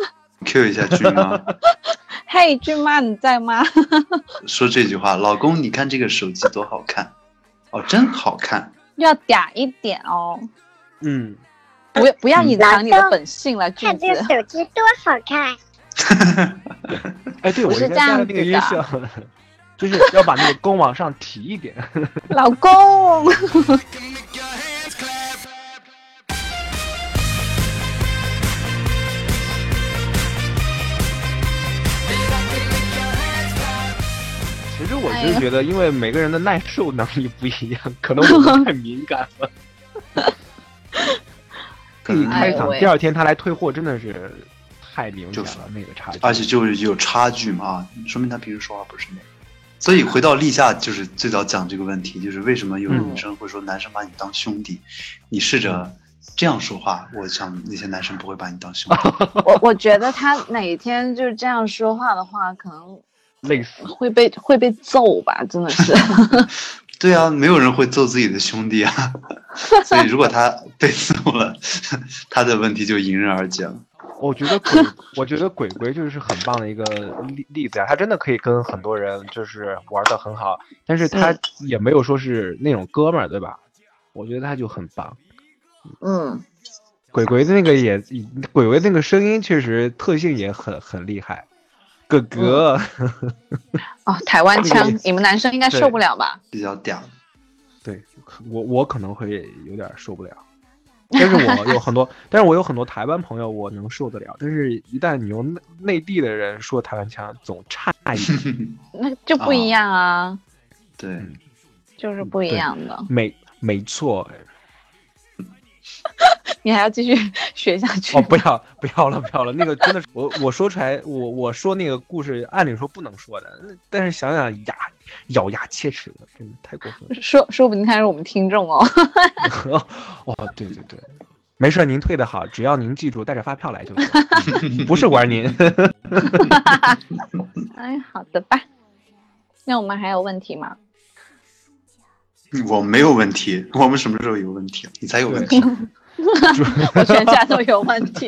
Q 一下俊妈。 嘿，俊妈你在吗？ 说这句话，老公，你看这个手机多好看，哦，真好看。 要嗲一点哦， 嗯， 不不要隐藏你的本性了， 看这个手机多好看。 哎，对，我是这样那个音效，就是要把那个弓往上提一点。 老公。 其实实我就觉得，因为每个人的耐受能力不一样，可能我们太敏感了。可能开场第二天他来退货，真的是太明显了，那个差距。 而且就是有差距嘛，说明他平时说话不是那样。所以回到立夏，就是最早讲这个问题，就是为什么有的女生会说男生把你当兄弟，嗯、你试着这样说话，我想那些男生不会把你当兄弟。 我我觉得他哪天就是这样说话的话，可能累死， 会被会被揍吧，真的是。 对啊，没有人会揍自己的兄弟啊，所以如果他被揍了，他的问题就迎刃而解了。 我觉得鬼，我觉得鬼鬼就是很棒的一个例例子啊，他真的可以跟很多人就是玩得很好，但是他也没有说是那种哥们儿，对吧？我觉得他就很棒。 嗯， 鬼鬼的那个也，鬼鬼那个声音确实特性也很很厉害。哥哥， 嗯、哦，台湾腔，你们男生应该受不了吧？ 比较嗲。 对，我我可能会有点受不了，但是我有很多，但是我有很多台湾朋友，我能受得了。但是，一旦你用内地的人说台湾腔，总差一点， 那就不一样啊。 哦、对， 就是不一样的。 没没错。 你还要继续学下去？ 哦，不要不要了，不要了。那个真的是我我说出来，我我说那个故事，按理说不能说的，但是想想牙咬牙切齿的，真的太过分了。 说说不定他是我们听众哦。 哦，对对对，没事，您退的好，只要您记住带着发票来就行，不是玩您。 哎，好的吧。那我们还有问题吗？ 我没有问题，我们什么时候有问题？你才有问题。 我全家都有问题。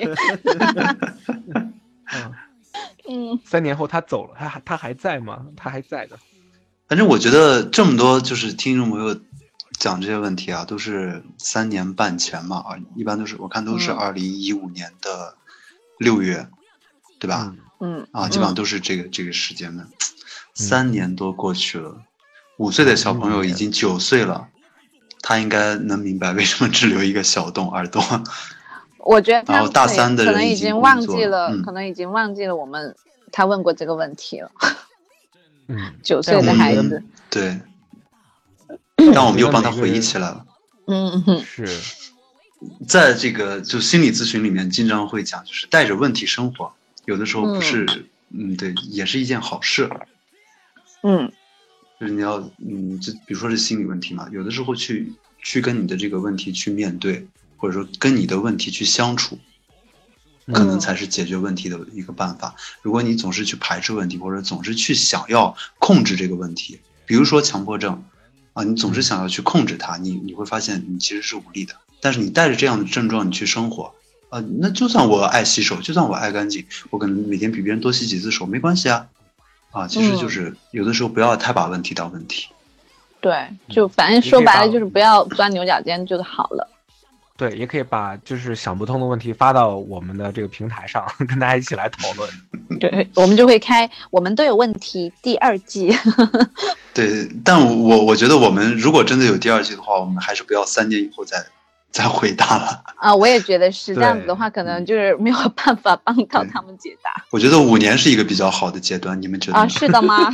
嗯，三年后他走了，他还他还在吗？他还在的。 反正我觉得这么多就是听众朋友讲这些问题啊，都是三年半前嘛啊，一般都是我看都是二零一五年的六月，嗯、对吧？ 嗯啊，基本上都是这个、嗯、这个时间的，三年多过去了。五岁的小朋友已经九岁了，他应该能明白为什么只留一个小洞耳朵。 我觉得他然后大三的人可能已经忘记了， 嗯、 可能已经忘记了我们他问过这个问题了。 嗯， 九岁的孩子， 对，但我们又帮他回忆起来了。 嗯哼， 是在这个就心理咨询里面经常会讲，就是带着问题生活，有的时候不是，嗯, 嗯，对，也是一件好事。 嗯。 就是你要，嗯，就比如说是心理问题嘛，有的时候去去跟你的这个问题去面对，或者说跟你的问题去相处，可能才是解决问题的一个办法。嗯、如果你总是去排斥问题，或者总是去想要控制这个问题，比如说强迫症啊，你总是想要去控制它，你你会发现你其实是无力的。但是你带着这样的症状你去生活，啊，那就算我爱洗手，就算我爱干净，我可能每天比别人多洗几次手，没关系啊。啊，其实就是有的时候不要太把问题当问题。 对，就反正说白了就是不要钻牛角尖就好了。 对，也可以把就是想不通的问题发到我们的这个平台上，跟大家一起来讨论。 对，我们就会开我们都有问题第二季。 对，但我我觉得我们如果真的有第二季的话，我们还是不要三年以后再再回答了。 啊，我也觉得是这样子的话，可能就是没有办法帮到他们解答。 我觉得五年是一个比较好的阶段，你们觉得啊？是的吗？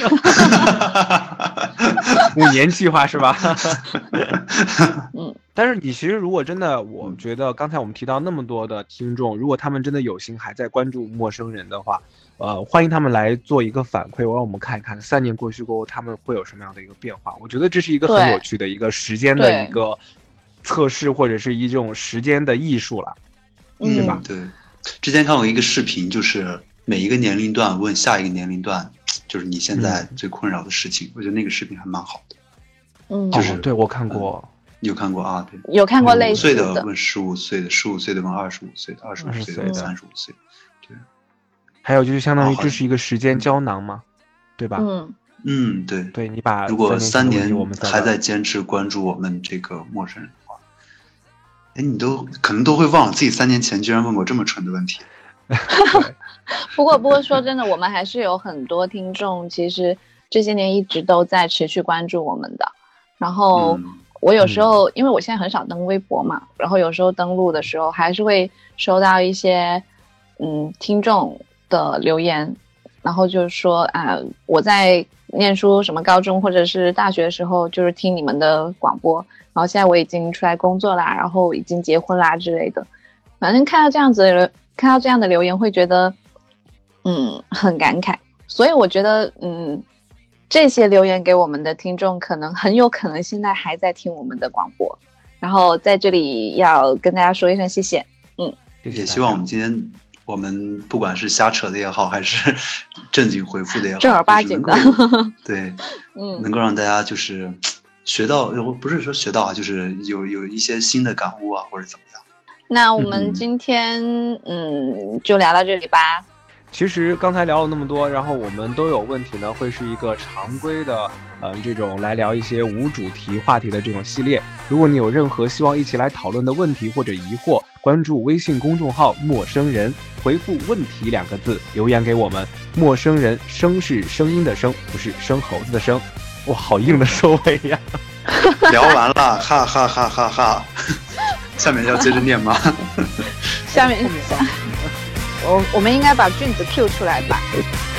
五年计划是吧？ 嗯。 但是你其实如果真的，我觉得刚才我们提到那么多的听众，如果他们真的有心还在关注陌生人的话，呃，欢迎他们来做一个反馈，让我们看一看三年过去过后他们会有什么样的一个变化。我觉得这是一个很有趣的一个时间的一个测试，或者是一种时间的艺术了， 嗯、 对吧？ 对。之前看过一个视频，就是每一个年龄段问下一个年龄段，就是你现在最困扰的事情。嗯、我觉得那个视频还蛮好的。 嗯， 就是、 哦、对我看过。 嗯你有看过啊？对， 有看过类似的。五岁的问十五岁的，十五岁的问二十五岁的，二十五岁的问三十五岁。对。 还有就是相当于这是一个时间胶囊嘛，对吧？ 嗯嗯，对对，你把如果三年我们还在坚持关注我们这个陌生人的话，哎，你都可能都会忘了自己三年前居然问过这么蠢的问题。 不过，不过说真的，我们还是有很多听众，其实这些年一直都在持续关注我们的。然后我有时候、嗯、因为我现在很少登微博嘛，然后有时候登录的时候还是会收到一些嗯听众的留言，然后就是说啊，我在念书什么高中或者是大学的时候就是听你们的广播，然后现在我已经出来工作啦，然后已经结婚啦之类的，反正看到这样子的看到这样的留言会觉得嗯很感慨。所以我觉得嗯这些留言给我们的听众可能很有可能现在还在听我们的广播，然后在这里要跟大家说一声谢谢。嗯， 也希望我们今天我们不管是瞎扯的也好，还是正经回复的也好， 正儿八经的， 对， 嗯， 能够让大家就是学到，不是说学到啊，就是有有一些新的感悟啊，或者怎么样。 那我们今天 嗯, 嗯就聊到这里吧。 其实刚才聊了那么多，然后我们都有问题呢，会是一个常规的，嗯、呃，这种来聊一些无主题话题的这种系列。如果你有任何希望一起来讨论的问题或者疑惑，关注微信公众号陌生人，回复问题两个字留言给我们。陌生人，声是声音的声，不是生猴子的生。哇，好硬的收尾呀！ 聊完了，哈哈哈哈哈。下面要接着念吗？ 下面我我们应该把俊子 Q 出来吧。